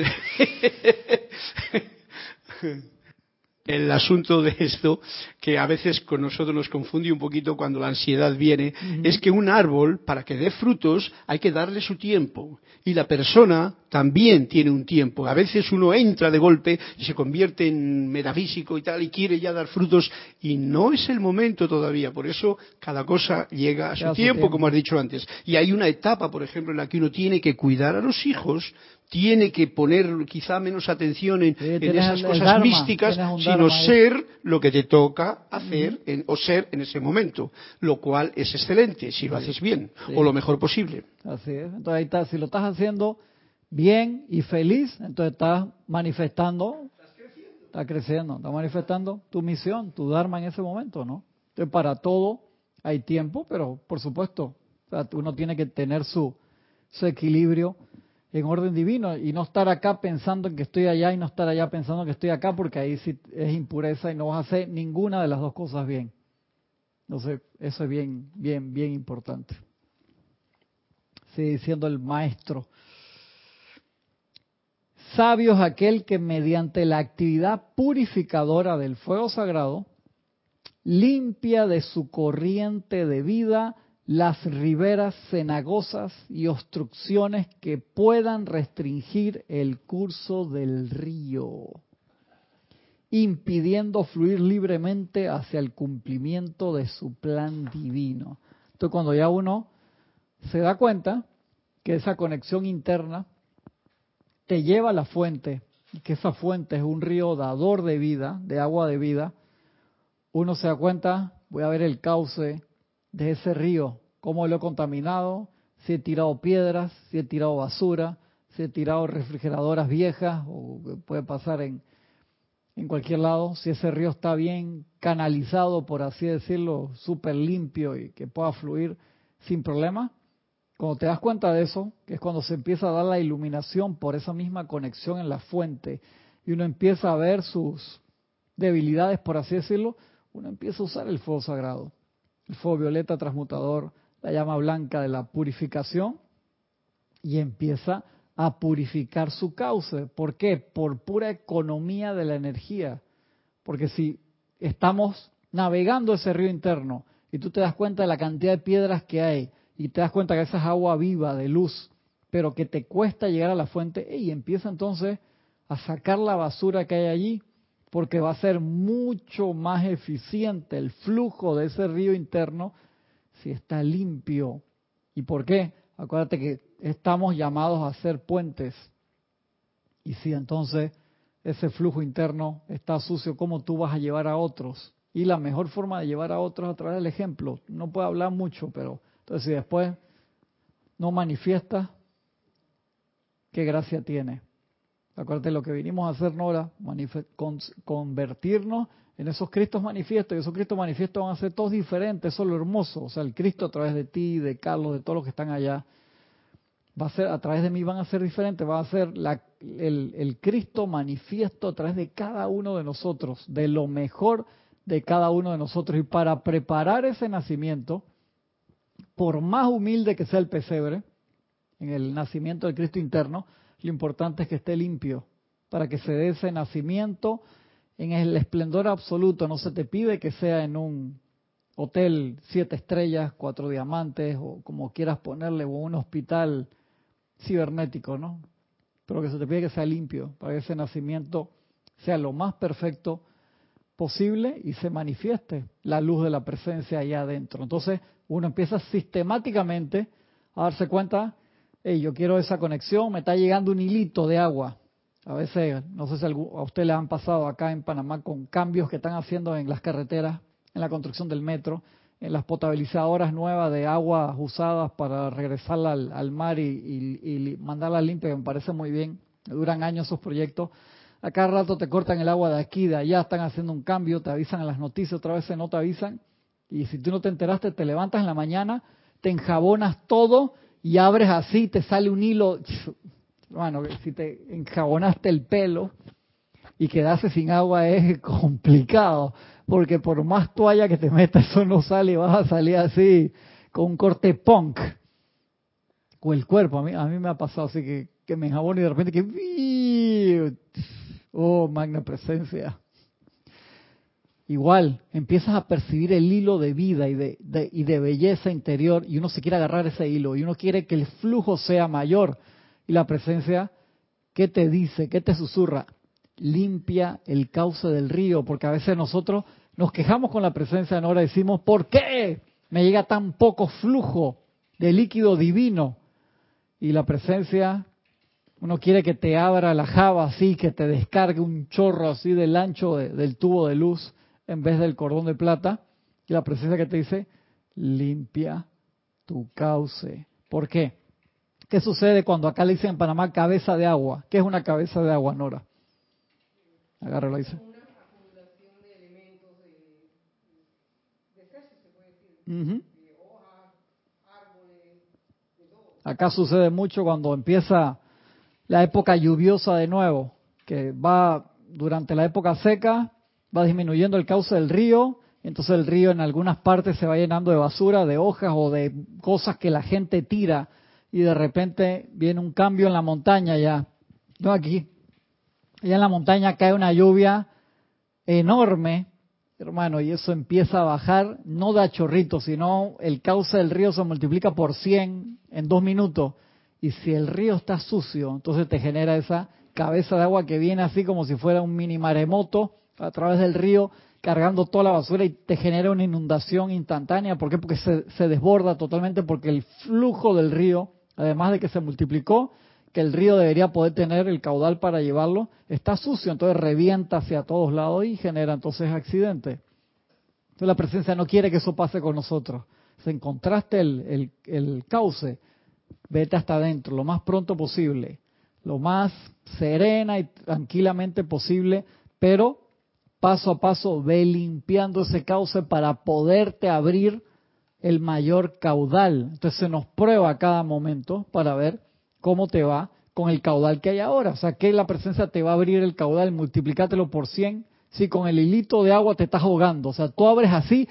el asunto de esto, que a veces con nosotros nos confunde un poquito cuando la ansiedad viene, Ujú. es que un árbol, para que dé frutos, hay que darle su tiempo. Y la persona también tiene un tiempo. A veces uno entra de golpe y se convierte en metafísico y tal, y quiere ya dar frutos, y no es el momento todavía. Por eso cada cosa llega a su Llega a su tiempo, como tiempo. has dicho antes. Y hay una etapa, por ejemplo, en la que uno tiene que cuidar a los hijos, tiene que poner quizá menos atención en, Sí, en tienes esas el- el cosas dharma, místicas, tienes un sino dharma ahí. ser lo que te toca hacer en- o ser en ese momento, lo cual es excelente si lo Sí, haces bien sí. o lo mejor posible. Así es. Entonces ahí está, si lo estás haciendo bien y feliz, entonces estás manifestando, estás creciendo, estás manifestando tu misión, tu dharma en ese momento, ¿no? Entonces para todo hay tiempo, pero por supuesto, o sea, uno tiene que tener su, su equilibrio en orden divino y no estar acá pensando en que estoy allá y no estar allá pensando que estoy acá, porque ahí sí es impureza y no vas a hacer ninguna de las dos cosas bien. Entonces, eso es bien, bien, bien importante. Sigue siendo el maestro. Sabio es aquel que mediante la actividad purificadora del fuego sagrado limpia de su corriente de vida las riberas cenagosas y obstrucciones que puedan restringir el curso del río, impidiendo fluir libremente hacia el cumplimiento de su plan divino. Entonces, cuando ya uno se da cuenta que esa conexión interna te lleva a la fuente, y que esa fuente es un río dador de vida, de agua de vida, uno se da cuenta, voy a ver el cauce de ese río, cómo lo he contaminado, si he tirado piedras, si he tirado basura, si he tirado refrigeradoras viejas, o que puede pasar en, en cualquier lado, si ese río está bien canalizado, por así decirlo, súper limpio y que pueda fluir sin problema. Cuando te das cuenta de eso, que es cuando se empieza a dar la iluminación por esa misma conexión en la fuente, y uno empieza a ver sus debilidades, por así decirlo, uno empieza a usar el fuego sagrado, el fuego violeta transmutador, la llama blanca de la purificación, y empieza a purificar su cauce. ¿Por qué? Por pura economía de la energía. Porque si estamos navegando ese río interno y tú te das cuenta de la cantidad de piedras que hay y te das cuenta que esa es agua viva de luz, pero que te cuesta llegar a la fuente, y empieza entonces a sacar la basura que hay allí, porque va a ser mucho más eficiente el flujo de ese río interno si está limpio. ¿Y por qué? Acuérdate que estamos llamados a hacer puentes. Y si entonces ese flujo interno está sucio, ¿cómo tú vas a llevar a otros? Y la mejor forma de llevar a otros es a través del ejemplo. No puedo hablar mucho, pero entonces si después no manifiestas, ¿qué gracia tiene? Acuérdate lo que vinimos a hacer, Nora, con, convertirnos en esos Cristos manifiestos, y esos Cristos manifiestos van a ser todos diferentes, eso es lo hermoso, o sea, el Cristo a través de ti, de Carlos, de todos los que están allá, va a ser, a través de mí van a ser diferentes, va a ser la, el, el Cristo manifiesto a través de cada uno de nosotros, de lo mejor de cada uno de nosotros. Y para preparar ese nacimiento, por más humilde que sea el pesebre, en el nacimiento del Cristo interno, lo importante es que esté limpio, para que se dé ese nacimiento en el esplendor absoluto. No se te pide que sea en un hotel siete estrellas, cuatro diamantes, o como quieras ponerle, o un hospital cibernético, ¿no? Pero que se te pide que sea limpio, para que ese nacimiento sea lo más perfecto posible y se manifieste la luz de la presencia allá adentro. Entonces uno empieza sistemáticamente a darse cuenta, hey, yo quiero esa conexión, me está llegando un hilito de agua. A veces, no sé si a usted le han pasado acá en Panamá con cambios que están haciendo en las carreteras, en la construcción del metro, en las potabilizadoras nuevas de aguas usadas para regresarla al, al mar y, y, y mandarla limpia, que me parece muy bien. Duran años esos proyectos. A cada rato te cortan el agua de aquí, de allá, están haciendo un cambio, te avisan en las noticias, otra vez no te avisan. Y si tú no te enteraste, te levantas en la mañana, te enjabonas todo y abres así, te sale un hilo. Bueno, si te enjabonaste el pelo y quedaste sin agua es complicado, porque por más toalla que te metas, eso no sale y vas a salir así, con un corte punk. O el cuerpo, a mí, a mí me ha pasado así que, que me enjabono y de repente que... Oh, magna presencia. Igual, empiezas a percibir el hilo de vida y de, de, y de belleza interior y uno se quiere agarrar ese hilo y uno quiere que el flujo sea mayor. Y la presencia, ¿qué te dice? ¿Qué te susurra? Limpia el cauce del río, porque a veces nosotros nos quejamos con la presencia de Nora y decimos, ¿por qué me llega tan poco flujo de líquido divino? Y la presencia, uno quiere que te abra la java así, que te descargue un chorro así del ancho de, del tubo de luz en vez del cordón de plata. Y la presencia que te dice, limpia tu cauce. ¿Por qué? ¿Qué sucede cuando acá le dicen en Panamá cabeza de agua? ¿Qué es una cabeza de agua, Nora? Agárralo, dice. Una acumulación de elementos de, de ser, se puede decir, Uh-huh. de hojas, árboles, de todo. Acá sucede mucho cuando empieza la época lluviosa de nuevo, que va durante la época seca, va disminuyendo el cauce del río, entonces el río en algunas partes se va llenando de basura, de hojas o de cosas que la gente tira, y de repente viene un cambio en la montaña ya, no aquí, allá en la montaña cae una lluvia enorme, hermano, y eso empieza a bajar, no da chorritos, sino el cauce del río se multiplica por cien en dos minutos. Y si el río está sucio, entonces te genera esa cabeza de agua que viene así como si fuera un mini maremoto a través del río, cargando toda la basura y te genera una inundación instantánea. ¿Por qué? Porque se, se desborda totalmente, porque el flujo del río, además de que se multiplicó, que el río debería poder tener el caudal para llevarlo, está sucio, entonces revienta hacia todos lados y genera entonces accidentes. Entonces la presencia no quiere que eso pase con nosotros. Si encontraste el, el, el cauce, vete hasta adentro lo más pronto posible, lo más serena y tranquilamente posible, pero paso a paso ve limpiando ese cauce para poderte abrir el mayor caudal. Entonces se nos prueba a cada momento para ver cómo te va con el caudal que hay ahora. O sea, que la presencia te va a abrir el caudal, multiplícatelo por cien. Si con el hilito de agua te estás ahogando, o sea, tú abres así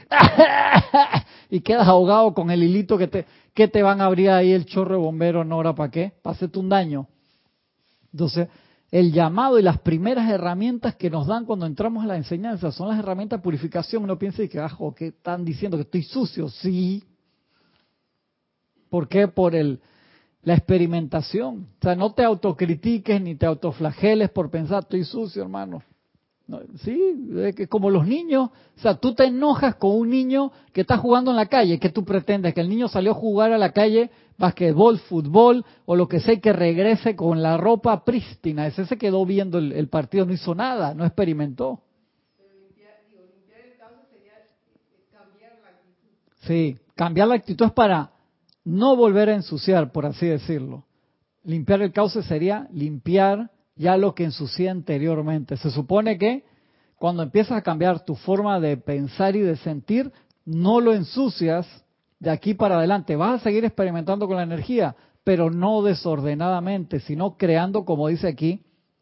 y quedas ahogado con el hilito que te, que te van a abrir ahí el chorro de bombero, Nora, ¿para qué? Para hacerte un daño. Entonces, el llamado y las primeras herramientas que nos dan cuando entramos a la enseñanza son las herramientas de purificación. Uno piensa que, ajo, ¿qué están diciendo? ¿Que estoy sucio? Sí. ¿Por qué? Por el, la experimentación. O sea, no te autocritiques ni te autoflageles por pensar, estoy sucio, hermano. No, sí, es como los niños. O sea, tú te enojas con un niño que está jugando en la calle. ¿Qué tú pretendes? Que el niño salió a jugar a la calle, basquetbol, fútbol o lo que sea, y que regrese con la ropa prístina. Ese se quedó viendo el, el partido, no hizo nada, no experimentó. Pero limpiar, digo, limpiar el cauce sería cambiar la actitud. Sí, cambiar la actitud es para no volver a ensuciar, por así decirlo. Limpiar el cauce sería limpiar ya lo que ensucié anteriormente. Se supone que cuando empiezas a cambiar tu forma de pensar y de sentir, no lo ensucias de aquí para adelante. Vas a seguir experimentando con la energía, pero no desordenadamente, sino creando, como dice aquí,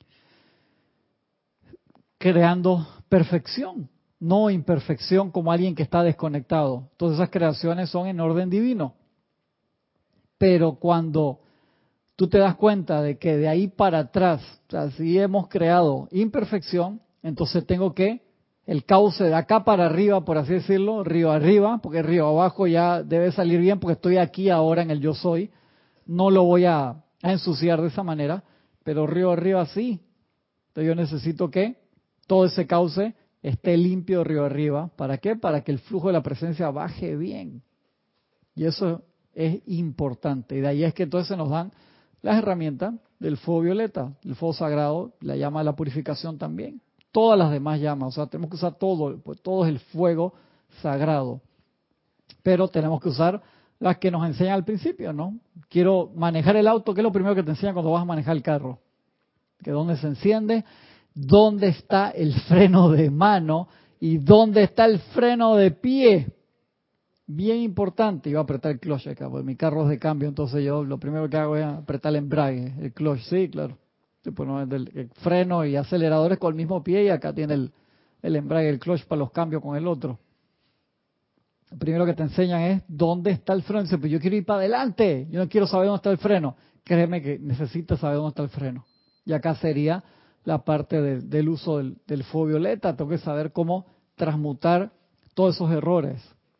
creando perfección, no imperfección como alguien que está desconectado. Todas esas creaciones son en orden divino. Pero cuando tú te das cuenta de que de ahí para atrás, o sea, si hemos creado imperfección, entonces tengo que, el cauce de acá para arriba, por así decirlo, río arriba, porque río abajo ya debe salir bien porque estoy aquí ahora en el yo soy, no lo voy a, a ensuciar de esa manera, pero río arriba sí. Entonces yo necesito que todo ese cauce esté limpio río arriba. ¿Para qué? Para que el flujo de la presencia baje bien. Y eso es importante. Y de ahí es que entonces nos dan las herramientas del fuego violeta, el fuego sagrado, la llama de la purificación también. Todas las demás llamas, o sea, tenemos que usar todo, pues todo es el fuego sagrado. Pero tenemos que usar las que nos enseñan al principio, ¿no? Quiero manejar el auto, ¿qué es lo primero que te enseñan cuando vas a manejar el carro? Que dónde se enciende, dónde está el freno de mano y dónde está el freno de pie. Bien importante. Iba a apretar el clutch acá, porque mi carro es de cambio, entonces yo lo primero que hago es apretar el embrague, el clutch, sí, claro. Sí, pues no, el, el freno y aceleradores con el mismo pie y acá tiene el, el embrague, el clutch para los cambios con el otro. Lo primero que te enseñan es dónde está el freno. Dice, pues yo quiero ir para adelante, yo no quiero saber dónde está el freno. Créeme que necesitas saber dónde está el freno. Y acá sería la parte de, del uso del, del fuego violeta. Tengo que saber cómo transmutar todos esos errores.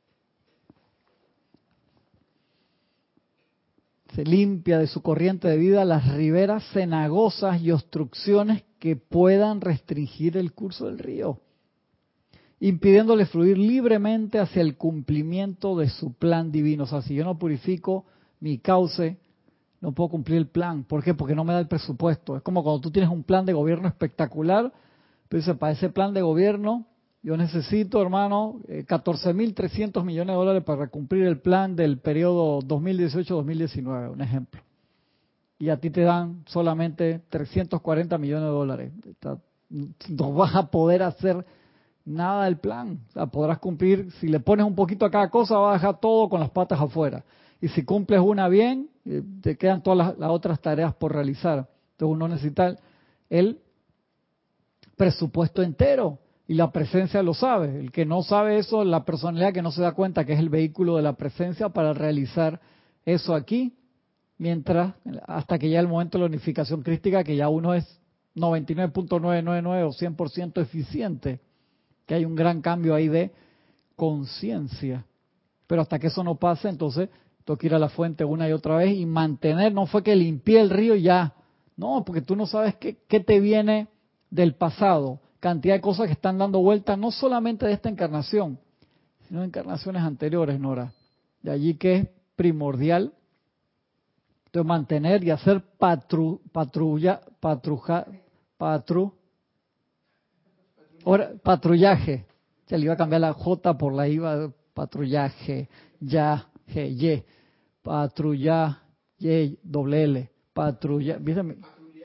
Se limpia de su corriente de vida las riberas cenagosas y obstrucciones que puedan restringir el curso del río, impidiéndole fluir libremente hacia el cumplimiento de su plan divino. O sea, si yo no purifico mi cauce, no puedo cumplir el plan. ¿Por qué? Porque no me da el presupuesto. Es como cuando tú tienes un plan de gobierno espectacular, pero dices, para ese plan de gobierno yo necesito, hermano, eh, catorce mil trescientos millones de dólares para cumplir el plan del periodo dos mil dieciocho a dos mil diecinueve, un ejemplo. Y a ti te dan solamente trescientos cuarenta millones de dólares. No vas a poder hacer nada del plan. O sea, podrás cumplir, si le pones un poquito a cada cosa, vas a dejar todo con las patas afuera. Y si cumples una bien, eh, te quedan todas las, las otras tareas por realizar. Entonces uno necesita el presupuesto entero. Y la presencia lo sabe. El que no sabe eso, la personalidad que no se da cuenta que es el vehículo de la presencia para realizar eso aquí, mientras, hasta que ya el momento de la unificación crística, que ya uno es noventa y nueve punto novecientos noventa y nueve o cien por ciento eficiente, que hay un gran cambio ahí de conciencia. Pero hasta que eso no pase, entonces tengo que ir a la fuente una y otra vez y mantener, no fue que limpié el río y ya, no, porque tú no sabes qué, qué te viene del pasado. Cantidad de cosas que están dando vuelta, no solamente de esta encarnación, sino de encarnaciones anteriores, Nora. De allí que es primordial de mantener y hacer patru, patrulla, patruja, patru, ahora, patrullaje. Se le iba a cambiar la J por la I, patrullaje, ya, G, Y, patrulla, Y, doble L, patrulla, ¿viste?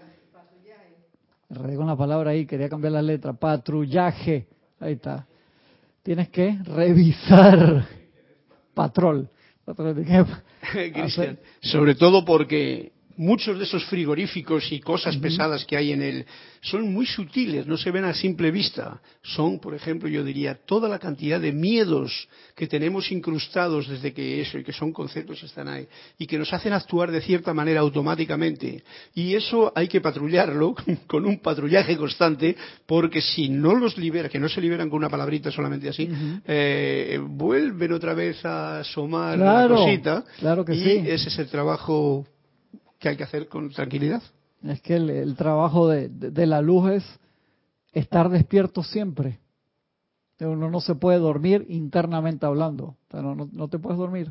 Me con la palabra ahí, quería cambiar la letra. Patrullaje. Ahí está. Tienes que revisar. Patrol. Patrol. Cristian, sobre todo porque muchos de esos frigoríficos y cosas Uh-huh. pesadas que hay en él son muy sutiles, no se ven a simple vista. Son, por ejemplo, yo diría, toda la cantidad de miedos que tenemos incrustados desde que eso, y que son conceptos que están ahí, y que nos hacen actuar de cierta manera automáticamente. Y eso hay que patrullarlo con un patrullaje constante, porque si no los libera, que no se liberan con una palabrita solamente así, uh-huh. eh, vuelven otra vez a asomar claro, la cosita, claro que y sí. ese es el trabajo que hay que hacer con tranquilidad. Es que el, el trabajo de, de, de la luz es estar despierto siempre. Uno no se puede dormir internamente hablando. O sea, no, no, no te puedes dormir.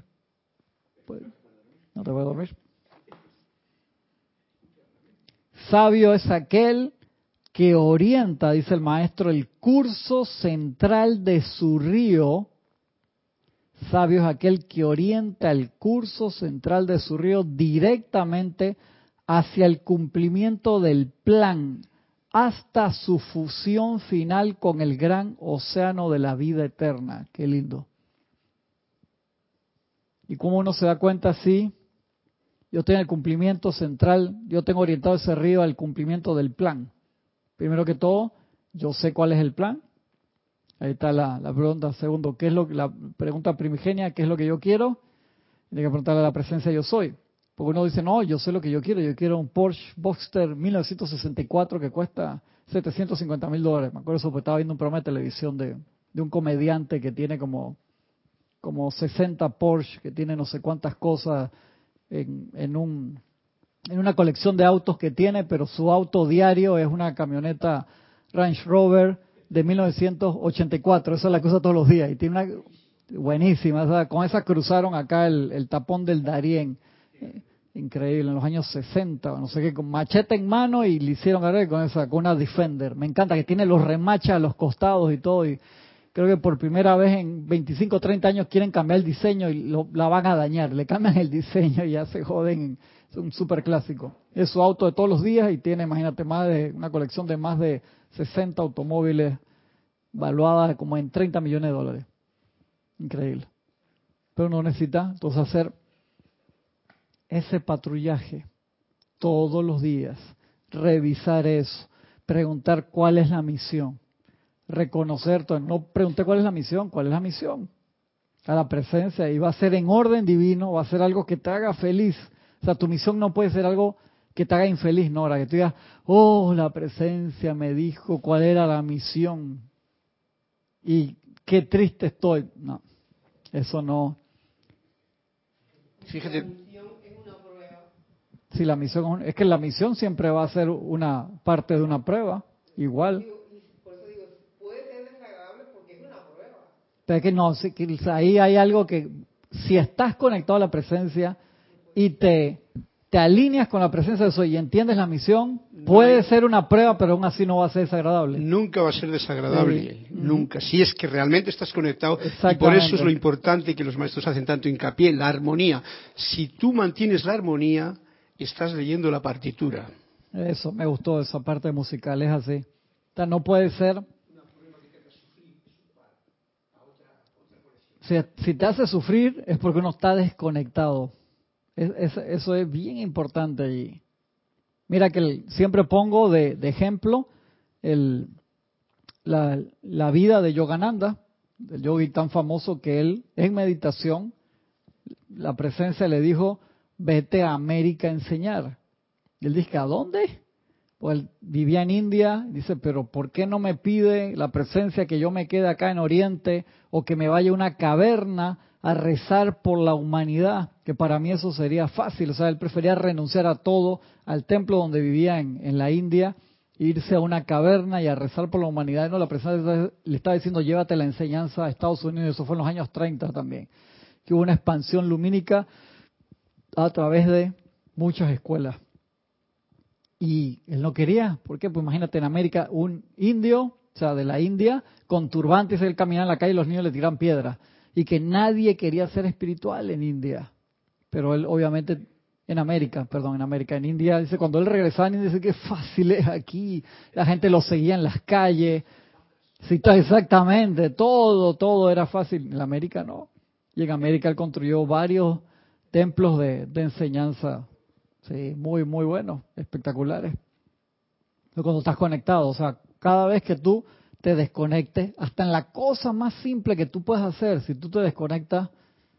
No te puedes dormir. Sabio es aquel que orienta, dice el maestro, el curso central de su río. Sabio es aquel que orienta el curso central de su río directamente hacia el cumplimiento del plan, hasta su fusión final con el gran océano de la vida eterna. Qué lindo. ¿Y cómo uno se da cuenta así? yo estoy en el cumplimiento central, yo tengo orientado ese río al cumplimiento del plan. Primero que todo, yo sé cuál es el plan. Ahí está la, la pregunta. Segundo, ¿qué es lo la pregunta primigenia? ¿Qué es lo que yo quiero? Tiene que preguntarle a la presencia yo soy. Porque uno dice, no, yo sé lo que yo quiero. Yo quiero un Porsche Boxster mil novecientos sesenta y cuatro que cuesta setecientos cincuenta mil dólares. Me acuerdo eso porque estaba viendo un programa de televisión de, de un comediante que tiene como, como sesenta Porsche, que tiene no sé cuántas cosas en, en, un, en una colección de autos que tiene, pero su auto diario es una camioneta Range Rover de mil novecientos ochenta y cuatro. Esa es la que usa todos los días. Y tiene una buenísima. O sea, con esa cruzaron acá el, el tapón del Darién. Eh, increíble, en los años sesenta, no sé qué, con machete en mano y le hicieron carrera con esa, con una Defender. Me encanta que tiene los remaches a los costados y todo. Y creo que por primera vez en veinticinco o treinta años quieren cambiar el diseño y lo, la van a dañar. Le cambian el diseño y ya se joden. Es un super clásico. Es su auto de todos los días y tiene, imagínate, más de una colección de más de sesenta automóviles valuadas como en treinta millones de dólares. Increíble. Pero uno necesita entonces hacer ese patrullaje todos los días, revisar eso, preguntar cuál es la misión, reconocer, entonces, no pregunté cuál es la misión, cuál es la misión, a la presencia, y va a ser en orden divino, va a ser algo que te haga feliz. O sea, tu misión no puede ser algo que te haga infeliz, no, ahora que tú digas, oh, la presencia me dijo cuál era la misión y qué triste estoy. No, eso no. Fíjate. Si la misión es que la misión siempre va a ser una parte de una prueba, igual. Por eso digo, puede ser desagradable porque es una prueba. Pero es que no, si, que ahí hay algo que, si estás conectado a la presencia y te, te alineas con la presencia de eso y entiendes la misión, puede ser una prueba, pero aún así no va a ser desagradable. Nunca va a ser desagradable, Sí. nunca. Si es que realmente estás conectado, y por eso es lo importante que los maestros hacen tanto hincapié en la armonía. Si tú mantienes la armonía, estás leyendo la partitura. Eso, me gustó esa parte musical, es así. O sea, no puede ser. Si, si te hace sufrir es porque uno está desconectado. Es, es, eso es bien importante allí. Mira que el, siempre pongo de, de ejemplo el, la, la vida de Yogananda, el yogi tan famoso que él en meditación, la presencia le dijo, vete a América a enseñar. Y él dice, ¿a dónde? Pues él vivía en India, dice, pero ¿por qué no me pide la presencia que yo me quede acá en Oriente o que me vaya a una caverna a rezar por la humanidad? Que para mí eso sería fácil. O sea, él prefería renunciar a todo, al templo donde vivía en, en la India, irse a una caverna y a rezar por la humanidad. No, la presencia le estaba diciendo, llévate la enseñanza a Estados Unidos. Eso fue en los años treinta también, que hubo una expansión lumínica a través de muchas escuelas. Y él no quería, ¿por qué? Pues imagínate en América un indio, o sea, de la India, con turbantes, él caminaba en la calle y los niños le tiran piedras. Y que nadie quería ser espiritual en India. Pero él obviamente, en América, perdón, en América, en India, dice, cuando él regresaba en India, dice, qué fácil es aquí. La gente lo seguía en las calles. Sí, exactamente, todo, todo era fácil. En América no. Y en América él construyó varios templos de, de enseñanza. Sí, muy, muy buenos, espectaculares. Pero cuando estás conectado, o sea, cada vez que tú te desconectes, hasta en la cosa más simple que tú puedes hacer, si tú te desconectas,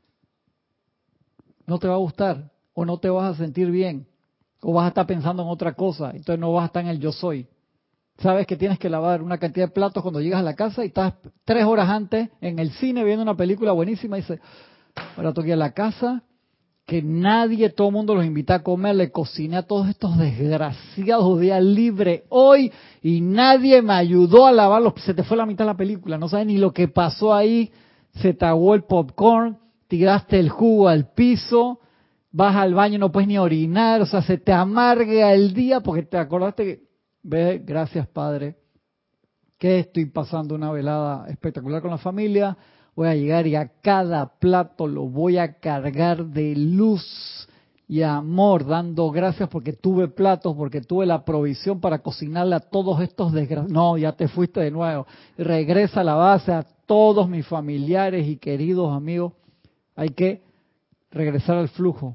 no te va a gustar, o no te vas a sentir bien, o vas a estar pensando en otra cosa, entonces no vas a estar en el yo soy. Sabes que tienes que lavar una cantidad de platos cuando llegas a la casa y estás tres horas antes en el cine viendo una película buenísima y dices, ahora tengo que ir a la casa, que nadie, todo el mundo los invita a comer, le cociné a todos estos desgraciados días libre hoy y nadie me ayudó a lavarlos, se te fue la mitad de la película, no sabes ni lo que pasó ahí, se te aguó el popcorn, tiraste el jugo al piso, vas al baño y no puedes ni orinar, o sea, se te amarga el día porque te acordaste que, ve, gracias Padre, que estoy pasando una velada espectacular con la familia, voy a llegar y a cada plato lo voy a cargar de luz y amor, dando gracias porque tuve platos, porque tuve la provisión para cocinarle a todos estos desgraciados. No, ya te fuiste de nuevo. Regresa a la base a todos mis familiares y queridos amigos. Hay que regresar al flujo.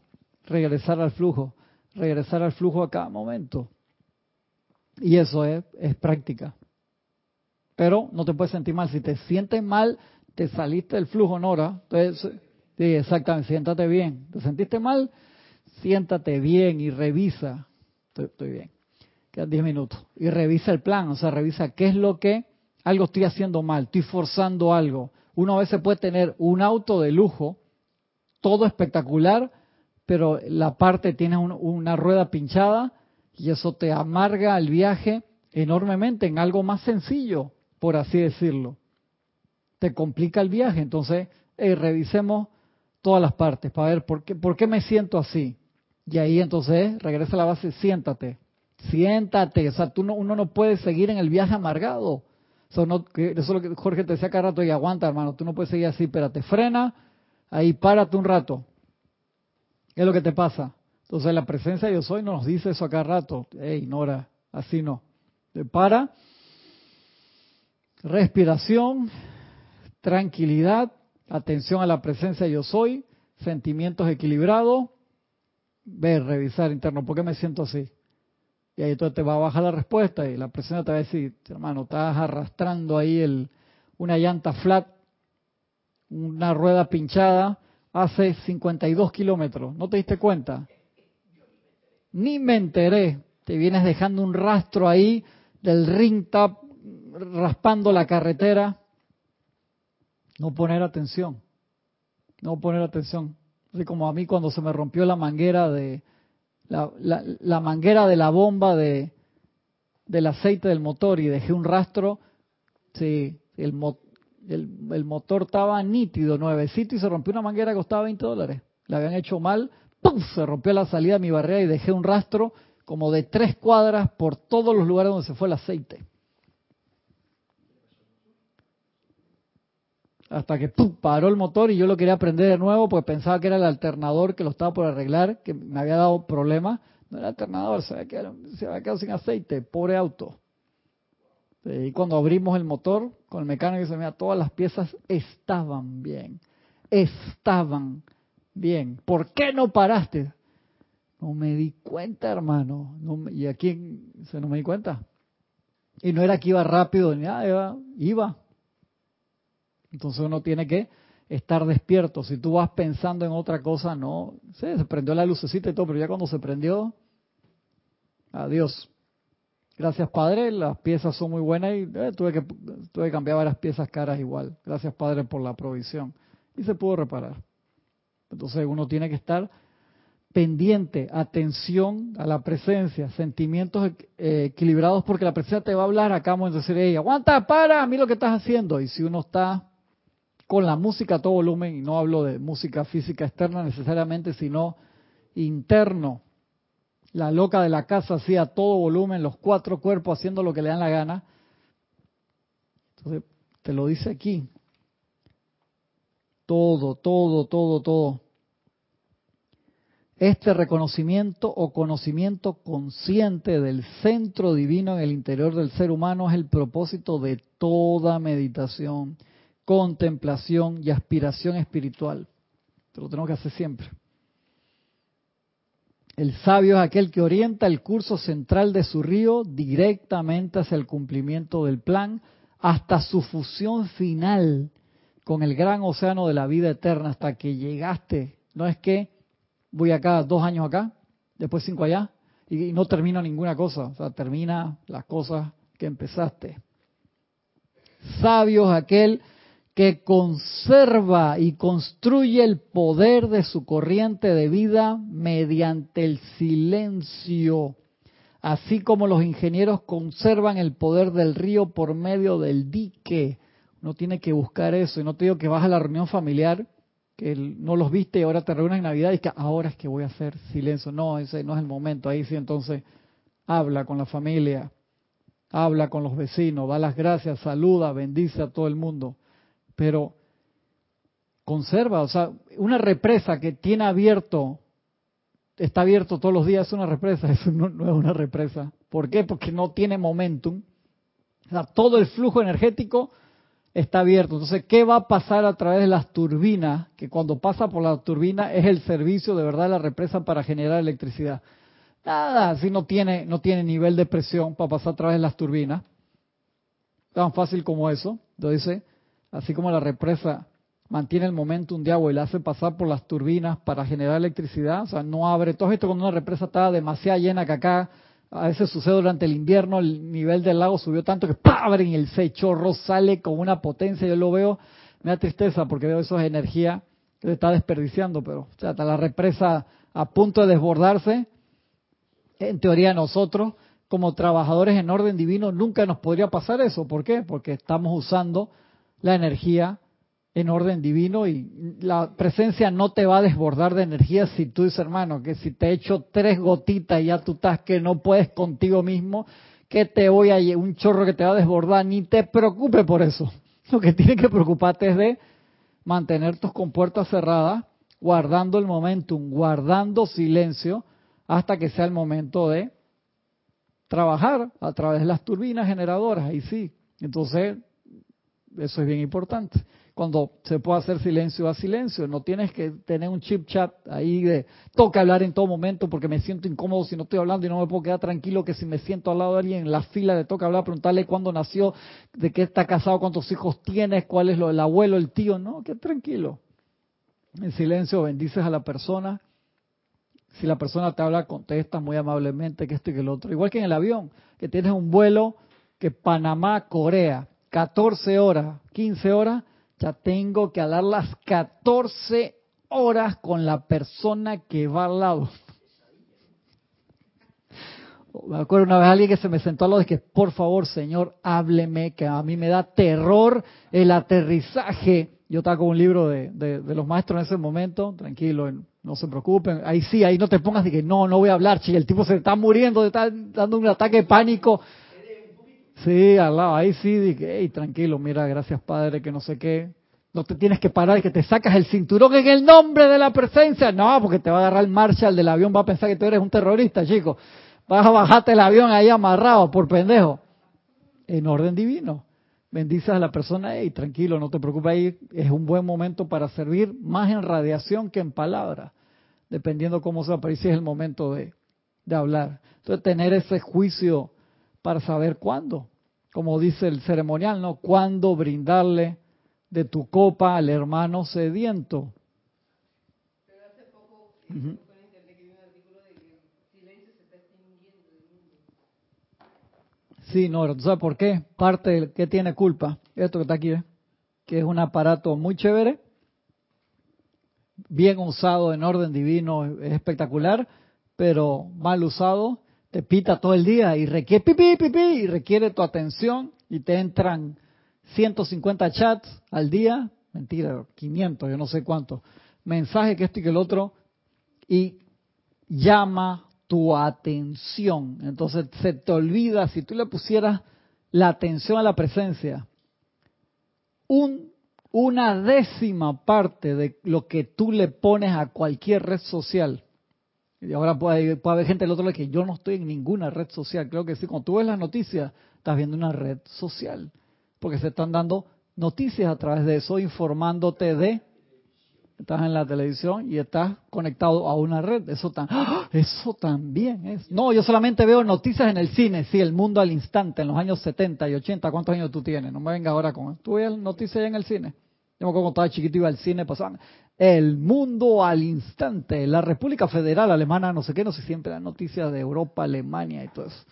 regresar al flujo, regresar al flujo a cada momento. Y eso es, es práctica. Pero no te puedes sentir mal. Si te sientes mal, te saliste del flujo, Nora. Entonces, sí, exactamente, siéntate bien. ¿Te sentiste mal? Siéntate bien y revisa. Estoy, estoy bien. Quedan diez minutos. Y revisa el plan, o sea, revisa qué es lo que algo estoy haciendo mal, estoy forzando algo. Uno a veces puede tener un auto de lujo, todo espectacular, pero la parte tiene un, una rueda pinchada y eso te amarga el viaje enormemente en algo más sencillo, por así decirlo. Te complica el viaje, entonces eh, revisemos todas las partes para ver por qué, por qué me siento así. Y ahí entonces regresa a la base, siéntate, siéntate, o sea, tú no, uno no puede seguir en el viaje amargado. O sea, no, que, eso es lo que Jorge te decía cada rato, y aguanta, hermano, tú no puedes seguir así, espérate, frena, ahí párate un rato. ¿Qué es lo que te pasa? Entonces la presencia de yo soy nos dice eso a cada rato. Ey, Nora, así no. Te para, respiración, tranquilidad, atención a la presencia de yo soy, sentimientos equilibrados, ver, revisar interno, ¿por qué me siento así? Y ahí entonces te va a bajar la respuesta y la presencia te va a decir, hermano, estás arrastrando ahí el, una llanta flat, una rueda pinchada, hace cincuenta y dos kilómetros, ¿no te diste cuenta? Ni me enteré, te vienes dejando un rastro ahí del ring tap raspando la carretera. No poner atención, no poner atención. Así como a mí cuando se me rompió la manguera de la, la, la manguera de la bomba de del aceite del motor y dejé un rastro, sí, el, mo, el, el motor estaba nítido, nuevecito y se rompió una manguera que costaba veinte dólares. La habían hecho mal, ¡pum! Se rompió la salida de mi barrera y dejé un rastro como de tres cuadras por todos los lugares donde se fue el aceite. Hasta que ¡pum! Paró el motor y yo lo quería prender de nuevo porque pensaba que era el alternador que lo estaba por arreglar, que me había dado problemas. No era alternador, se había quedado, se había quedado sin aceite, pobre auto. Y cuando abrimos el motor con el mecánico, se mira, todas las piezas estaban bien, estaban bien. ¿Por qué no paraste? No me di cuenta, hermano. No me, ¿Y aquí se no me di cuenta? Y no era que iba rápido, ni nada, iba, iba. Entonces uno tiene que estar despierto. Si tú vas pensando en otra cosa, no. Sí, se prendió la lucecita y todo, pero ya cuando se prendió, adiós. Gracias, Padre, las piezas son muy buenas y eh, tuve que tuve que cambiar varias piezas caras igual. Gracias, Padre, por la provisión. Y se pudo reparar. Entonces uno tiene que estar pendiente, atención a la presencia, sentimientos eh, equilibrados, porque la presencia te va a hablar. Acá vamos a decir, hey, aguanta, para, mira lo que estás haciendo. Y si uno está con la música a todo volumen, y no hablo de música física externa necesariamente, sino interno, la loca de la casa así a todo volumen, los cuatro cuerpos haciendo lo que le dan la gana. Entonces, te lo dice aquí. Todo, todo, todo, todo. Este reconocimiento o conocimiento consciente del centro divino en el interior del ser humano es el propósito de toda meditación, contemplación y aspiración espiritual. Pero lo tenemos que hacer siempre. El sabio es aquel que orienta el curso central de su río directamente hacia el cumplimiento del plan, hasta su fusión final con el gran océano de la vida eterna, hasta que llegaste. No es que voy acá dos años acá, después cinco allá, y no termino ninguna cosa. O sea, termina las cosas que empezaste. Sabio es aquel que conserva y construye el poder de su corriente de vida mediante el silencio, así como los ingenieros conservan el poder del río por medio del dique. Uno tiene que buscar eso, y no te digo que vas a la reunión familiar, que no los viste y ahora te reúnes en Navidad y que ahora es que voy a hacer silencio. No, ese no es el momento. Ahí sí, entonces habla con la familia, habla con los vecinos, da las gracias, saluda, bendice a todo el mundo. Pero conserva, o sea, una represa que tiene abierto, está abierto todos los días, es una represa. Eso no, no es una represa. ¿Por qué? Porque no tiene momentum. O sea, todo el flujo energético está abierto. Entonces, ¿qué va a pasar a través de las turbinas? Que cuando pasa por la turbina es el servicio de verdad de la represa para generar electricidad. Nada, si no tiene, no tiene nivel de presión para pasar a través de las turbinas. Tan fácil como eso. Entonces, así como la represa mantiene el momentum de agua y la hace pasar por las turbinas para generar electricidad, o sea, no abre. ¿Tú has visto cuando una represa está demasiado llena que acá, a veces sucede durante el invierno, el nivel del lago subió tanto que ¡pah! Abren y el se chorro sale con una potencia? Yo lo veo, me da tristeza porque veo eso es energía que se está desperdiciando, pero o sea, hasta la represa a punto de desbordarse. En teoría nosotros, como trabajadores en orden divino, nunca nos podría pasar eso. ¿Por qué? Porque estamos usando la energía en orden divino y la presencia no te va a desbordar de energía si tú dices, hermano, que si te echo tres gotitas y ya tú estás que no puedes contigo mismo, que te voy a lle- un chorro que te va a desbordar, ni te preocupes por eso. Lo que tienes que preocuparte es de mantener tus compuertas cerradas, guardando el momentum, guardando silencio, hasta que sea el momento de trabajar a través de las turbinas generadoras. Ahí sí. Entonces, eso es bien importante. Cuando se puede hacer silencio a silencio, no tienes que tener un chip chat ahí de toca hablar en todo momento porque me siento incómodo si no estoy hablando y no me puedo quedar tranquilo que si me siento al lado de alguien en la fila le toca hablar, preguntarle cuándo nació, de qué está casado, cuántos hijos tienes, cuál es lo del abuelo, el tío. No, que tranquilo. En silencio bendices a la persona. Si la persona te habla, contestas muy amablemente que esto y que el otro. Igual que en el avión, que tienes un vuelo que Panamá-Corea, catorce horas, quince horas, ya tengo que hablar las catorce horas con la persona que va al lado. Me acuerdo una vez alguien que se me sentó al lado y que, por favor, señor, hábleme, que a mí me da terror el aterrizaje. Yo estaba con un libro de, de, de los maestros en ese momento, tranquilo, no se preocupen. Ahí sí, ahí no te pongas de que no, no voy a hablar, chico, el tipo se está muriendo, te está dando un ataque de pánico. Sí, al lado, ahí sí, dije, hey, tranquilo, mira, gracias Padre, que no sé qué. No te tienes que parar, que te sacas el cinturón en el nombre de la presencia. No, porque te va a agarrar el Marshall del avión, va a pensar que tú eres un terrorista, chico. Vas a bajarte el avión ahí amarrado por pendejo. En orden divino. Bendices a la persona y hey, tranquilo, no te preocupes, ahí es un buen momento para servir más en radiación que en palabras, dependiendo cómo se aparece es el momento de, de hablar. Entonces tener ese juicio para saber cuándo, como dice el ceremonial, ¿no? Cuándo brindarle de tu copa al hermano sediento. Pero hace poco, sí, uh-huh. Fue en internet que vi un artículo de que el silencio se está extinguiendo del mundo. Sí, no, ¿tú sabes por qué? Parte de que tiene culpa, esto que está aquí, ¿eh? Que es un aparato muy chévere, bien usado en orden divino, es espectacular, pero mal usado, te pita todo el día y requiere pipí, pipí, y requiere tu atención y te entran ciento cincuenta chats al día, mentira, quinientos, yo no sé cuántos, mensajes que esto y que el otro, y llama tu atención. Entonces se te olvida, si tú le pusieras la atención a la presencia, un, una décima parte de lo que tú le pones a cualquier red social. Y ahora puede, puede haber gente del otro lado que yo no estoy en ninguna red social. Creo que sí, cuando tú ves las noticias, estás viendo una red social. Porque se están dando noticias a través de eso, informándote de... Estás en la televisión y estás conectado a una red. Eso, tan, ¡oh! Eso también es. No, yo solamente veo noticias en el cine. Sí, el mundo al instante, en los años setenta y ochenta. ¿Cuántos años tú tienes? No me vengas ahora con... ¿Tú ves noticias en el cine? Yo me acuerdo cuando estaba chiquito iba al cine, pasaban el mundo al instante. La República Federal Alemana, no sé qué, no sé, siempre dan noticias de Europa, Alemania y todo eso.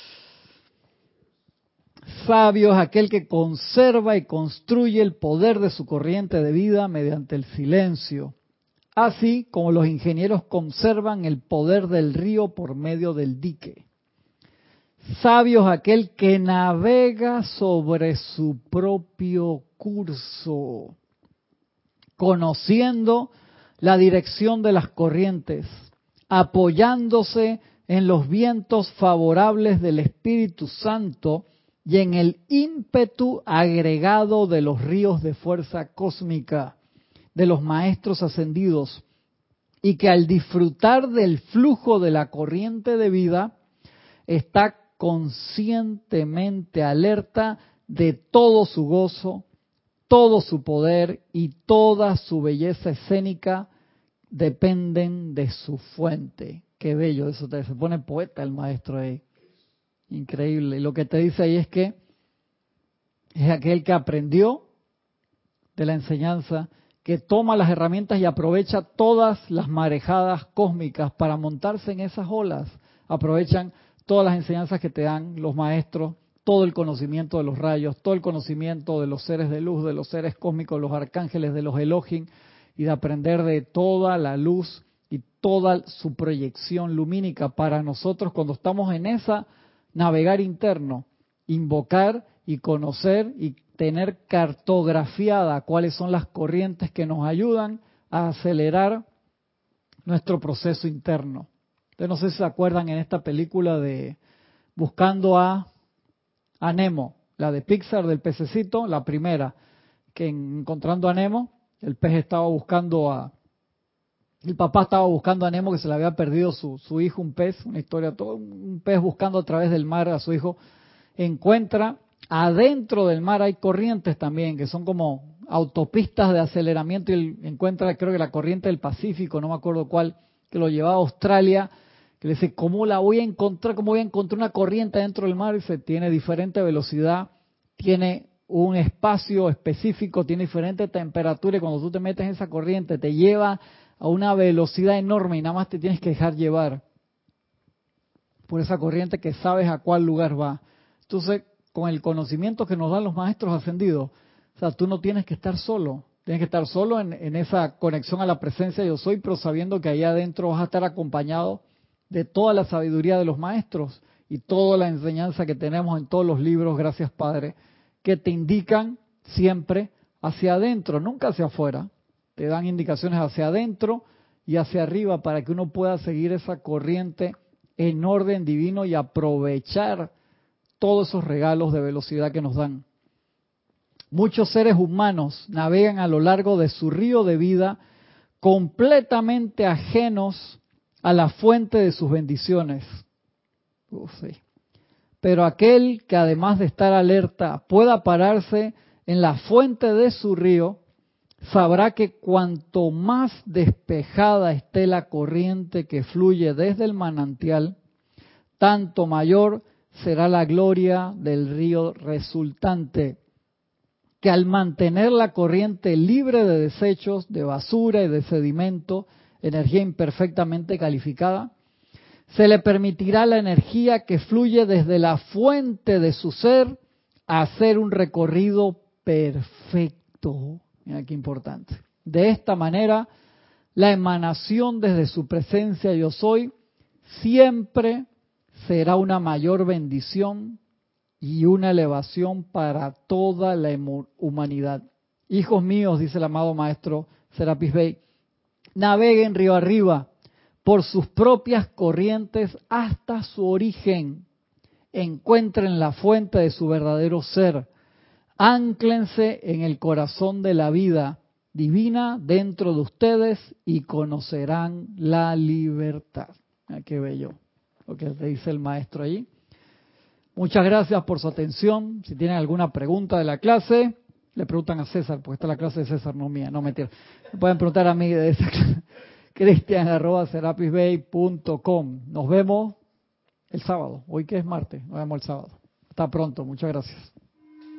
Sabio es aquel que conserva y construye el poder de su corriente de vida mediante el silencio, así como los ingenieros conservan el poder del río por medio del dique. Sabio es aquel que navega sobre su propio curso, conociendo la dirección de las corrientes, apoyándose en los vientos favorables del Espíritu Santo y en el ímpetu agregado de los ríos de fuerza cósmica, de los maestros ascendidos, y que al disfrutar del flujo de la corriente de vida, está conscientemente alerta de todo su gozo todo su poder y toda su belleza escénica dependen de su fuente. Qué bello eso, te, se pone poeta el maestro ahí. Increíble. Y lo que te dice ahí es que es aquel que aprendió de la enseñanza, que toma las herramientas y aprovecha todas las marejadas cósmicas para montarse en esas olas. Aprovechan todas las enseñanzas que te dan los maestros, todo el conocimiento de los rayos, todo el conocimiento de los seres de luz, de los seres cósmicos, los arcángeles, de los Elohim, y de aprender de toda la luz y toda su proyección lumínica para nosotros cuando estamos en esa navegar interno, invocar y conocer y tener cartografiada cuáles son las corrientes que nos ayudan a acelerar nuestro proceso interno. Ustedes no sé si se acuerdan en esta película de Buscando a, a Nemo, la de Pixar del pececito, la primera, que en Encontrando a Nemo, el pez estaba buscando a, el papá estaba buscando a Nemo, que se le había perdido su, su hijo, un pez, una historia, todo un pez buscando a través del mar a su hijo, encuentra, adentro del mar hay corrientes también, que son como autopistas de aceleramiento, y él encuentra, creo que la corriente del Pacífico, no me acuerdo cuál, que lo llevaba a Australia, que le dice, ¿cómo la voy a encontrar? ¿Cómo voy a encontrar una corriente dentro del mar? Y dice, tiene diferente velocidad, tiene un espacio específico, tiene diferente temperatura, y cuando tú te metes en esa corriente te lleva a una velocidad enorme y nada más te tienes que dejar llevar por esa corriente que sabes a cuál lugar va. Entonces, con el conocimiento que nos dan los maestros ascendidos, o sea, tú no tienes que estar solo, tienes que estar solo en, en esa conexión a la presencia yo soy, pero sabiendo que allá adentro vas a estar acompañado de toda la sabiduría de los maestros y toda la enseñanza que tenemos en todos los libros, gracias Padre, que te indican siempre hacia adentro, nunca hacia afuera. Te dan indicaciones hacia adentro y hacia arriba para que uno pueda seguir esa corriente en orden divino y aprovechar todos esos regalos de velocidad que nos dan. Muchos seres humanos navegan a lo largo de su río de vida completamente ajenos a la fuente de sus bendiciones. Uf, sí. Pero aquel que además de estar alerta pueda pararse en la fuente de su río, sabrá que cuanto más despejada esté la corriente que fluye desde el manantial, tanto mayor será la gloria del río resultante, que al mantener la corriente libre de desechos, de basura y de sedimento, energía imperfectamente calificada, se le permitirá la energía que fluye desde la fuente de su ser a hacer un recorrido perfecto. Mira qué importante. De esta manera, la emanación desde su presencia yo soy siempre será una mayor bendición y una elevación para toda la humanidad. Hijos míos, dice el amado maestro Serapis Bey, naveguen río arriba por sus propias corrientes hasta su origen. Encuentren la fuente de su verdadero ser. Ánclense en el corazón de la vida divina dentro de ustedes y conocerán la libertad. Ah, qué bello lo que te dice el maestro allí. Muchas gracias por su atención. Si tienen alguna pregunta de la clase, le preguntan a César, porque esta es la clase de César, no mía, no mentira. Me pueden preguntar a mí de esa clase. Cristian arroba serapis bay punto com. Nos vemos el sábado. Hoy que es martes, nos vemos el sábado. Hasta pronto, muchas gracias.